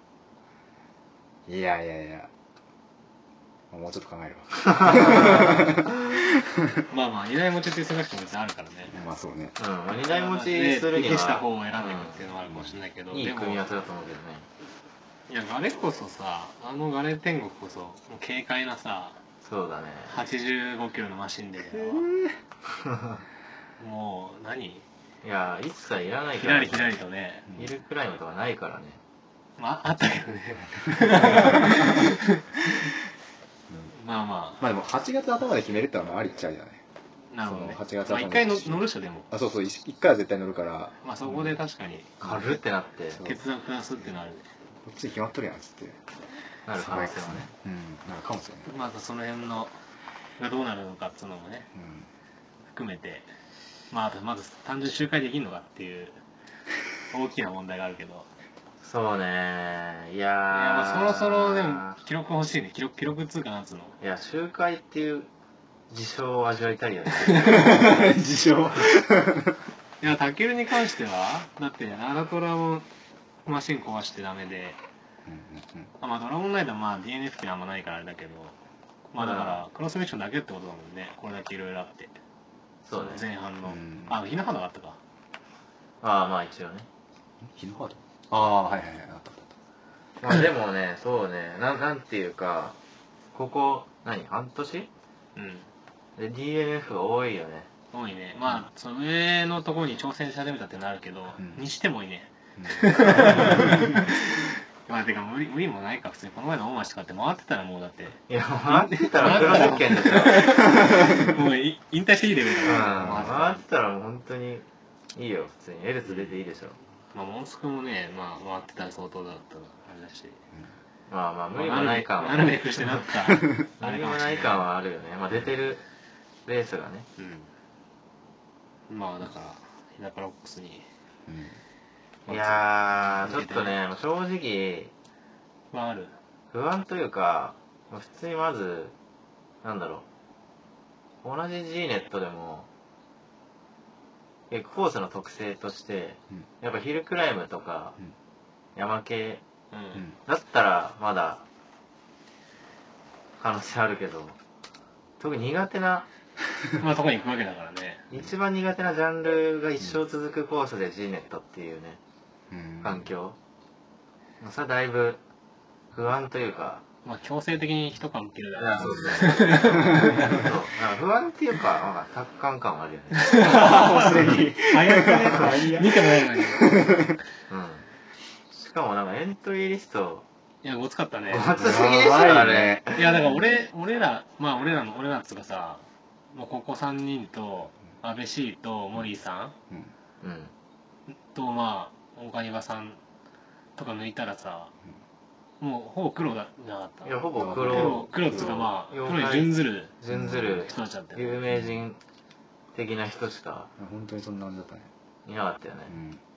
いや。もうちょっと考えるわ。 まあ2台持ちっていう選択肢も別にあるからね。 まあそうね。 2台持ちするにはした方を選んでいくっていうのはあるかもしれないけど、 いい組み合わせだと思うけどね。 いやガレこそさ、ガレ天国こそもう軽快なさ、 そうだね。 85キロのマシンで。もう、何？ いや、一切いらないから、 ひらりとね。 ヒルクライムとかないからね。 まあ、あったけどね。まあまあ。 まあでも8月頭で決めるってのはありっちゃありだね。 なるほどね。 8月まあ一回乗るっしょ、でも。 あ、そうそう、1回は絶対乗るから。 まあそこで確かに。 軽ってなって。 決断下すってのあるね。 こっちに決まっとるやんっつって。 なる可能性もね。 なるかもしれない。 またその辺の、がどうなるのかっていうのもね、含めて、まああとまず単純周回できるのかっていう、大きな問題があるけど。 そうね。いやまあそろそろでも記録欲しいね。記録っつうかなんつうの。 いや、周回っていう事象を味わいたいよね。 事象いや、タケルに関しては、だってアラトラもマシン壊してダメで、まあドラゴンライダーまあ DNF ってあんまないからあれだけど、まあだからクロスミッションだけってことだもんね。これだけいろいろあって。 そうね。 前半の。あ、日の肌があったか。 ああ、まあ一応ね。 日の肌？ああ、はいはいはい、あった。 まあでもね、そうね、なんていうか、ここ、半年？で、DNF が多いよね。 多いね。まあ、その上のところに挑戦し始めたってなるけど、にしても多いね。まあてか無理もないか。普通にこの前の大橋とかって回ってたらもうだって。 いや、回ってたらプロ実験でしょ。 もう引退していいレベルだから。 回ってたらもう本当にいいよ、普通に。エルツ出ていいでしょ。 まあモンスクもね、まあ回ってたら相当だったあれだし。 まあ無理もない感は。 なるべくしてなった。 無理もない感はあるよね。まあ出てるレースがね。 まあだから、ヒダカロックスに。 いやー、ちょっとね、正直、 ある不安というか、普通にまず、同じ G ネットでも、コースの特性として、やっぱヒルクライムとか、山系、だったらまだ可能性あるけど、特に苦手な、 まあそこに行くわけだからね。 一番苦手なジャンルが一生続くコースで G ネットっていうね、環境。それはだいぶ不安というか、 まあ強制的に一缶切るだろ。いや、そう。不安っていうか、達観感はあるよね。 早くね、見てもないのに。 しかもエントリーリスト、 いや、ごつかったね。 ごつすぎでしょ、あれ。 いや、だから俺らっつうかさ、もうここ3人と、安倍 C と森井さん、と、まあ、岡庭さんとか抜いたらさ、もうほぼ黒だなかった。 いや、ほぼ黒っつうかまあ、黒に準ずる人たち有名人的な人しか本当にそんな感じだったね。 いなかったよね。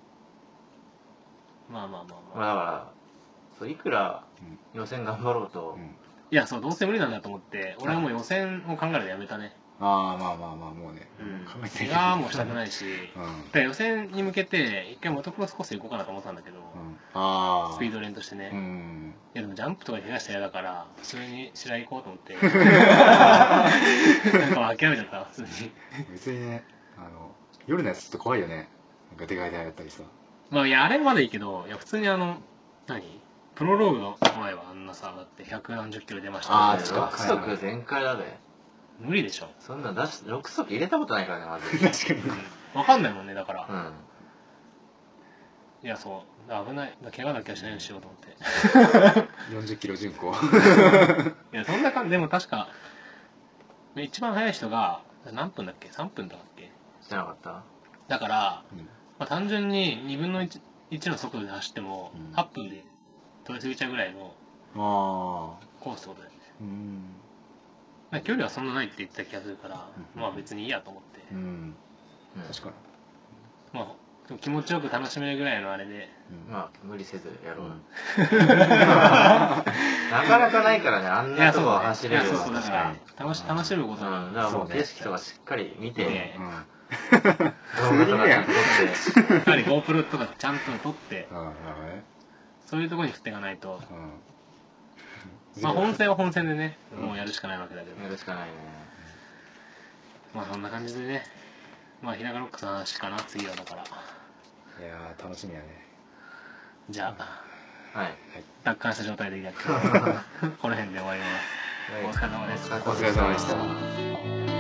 まあ。 だからいくら予選頑張ろうと、 いや、そうどうせ無理なんだと思って、俺はもう予選を考えるのやめたね。 まあもうね。 怪我もしたくないし、予選に向けて一回モトクロスコース行こうかなと思ったんだけど、スピード練としてね。いやでもジャンプとかで怪我したら嫌だから、普通に白井行こうと思って。なんか諦めちゃった、普通に。 別にね、夜のやつちょっと怖いよね。なんかでかい台やったりさ。 まあいや、あれまでいいけど、いや普通にプロローグの前はあんなさ、だって100何十キロ出ました。 6速全開だべ。 無理でしょ。 そんな6速入れたことないからね、まず。 確かに。 わかんないもんね、だから。いや、そう。危ない。怪我だけはしないようにしようと思って。 40キロ巡航。 いや、そんな感じ、でも確か、一番速い人が、何分だっけ ?3 分だっけしてなかった？ だから、まあ、単純に2分の 1の速度で走っても、8分で通り過ぎちゃうぐらいのコースってことだよね。距離はそんなないって言ってた気がするから、まあ別にいいやと思って。 確かに。 まあ、気持ちよく楽しめるぐらいのあれで。 まあ、無理せずやろうな。なかなかないからね、あんなとこ走れるのは。 そうだから楽しむことに。 だからもう景色とかしっかり見て、 動画とかちゃんと撮って、 しっかり GoPro とかちゃんと撮って、そういうところに振っていかないと。まあ本戦は本戦でね、もうやるしかないわけだけど。 やるしかないね。 まあそんな感じでね。まあヒラガロックスの話かな、次はだから。 いやー、楽しみやね。 じゃあ、 はい。 奪還した状態でいいやこの辺で終わります。 お疲れ様でした。 お疲れ様でした。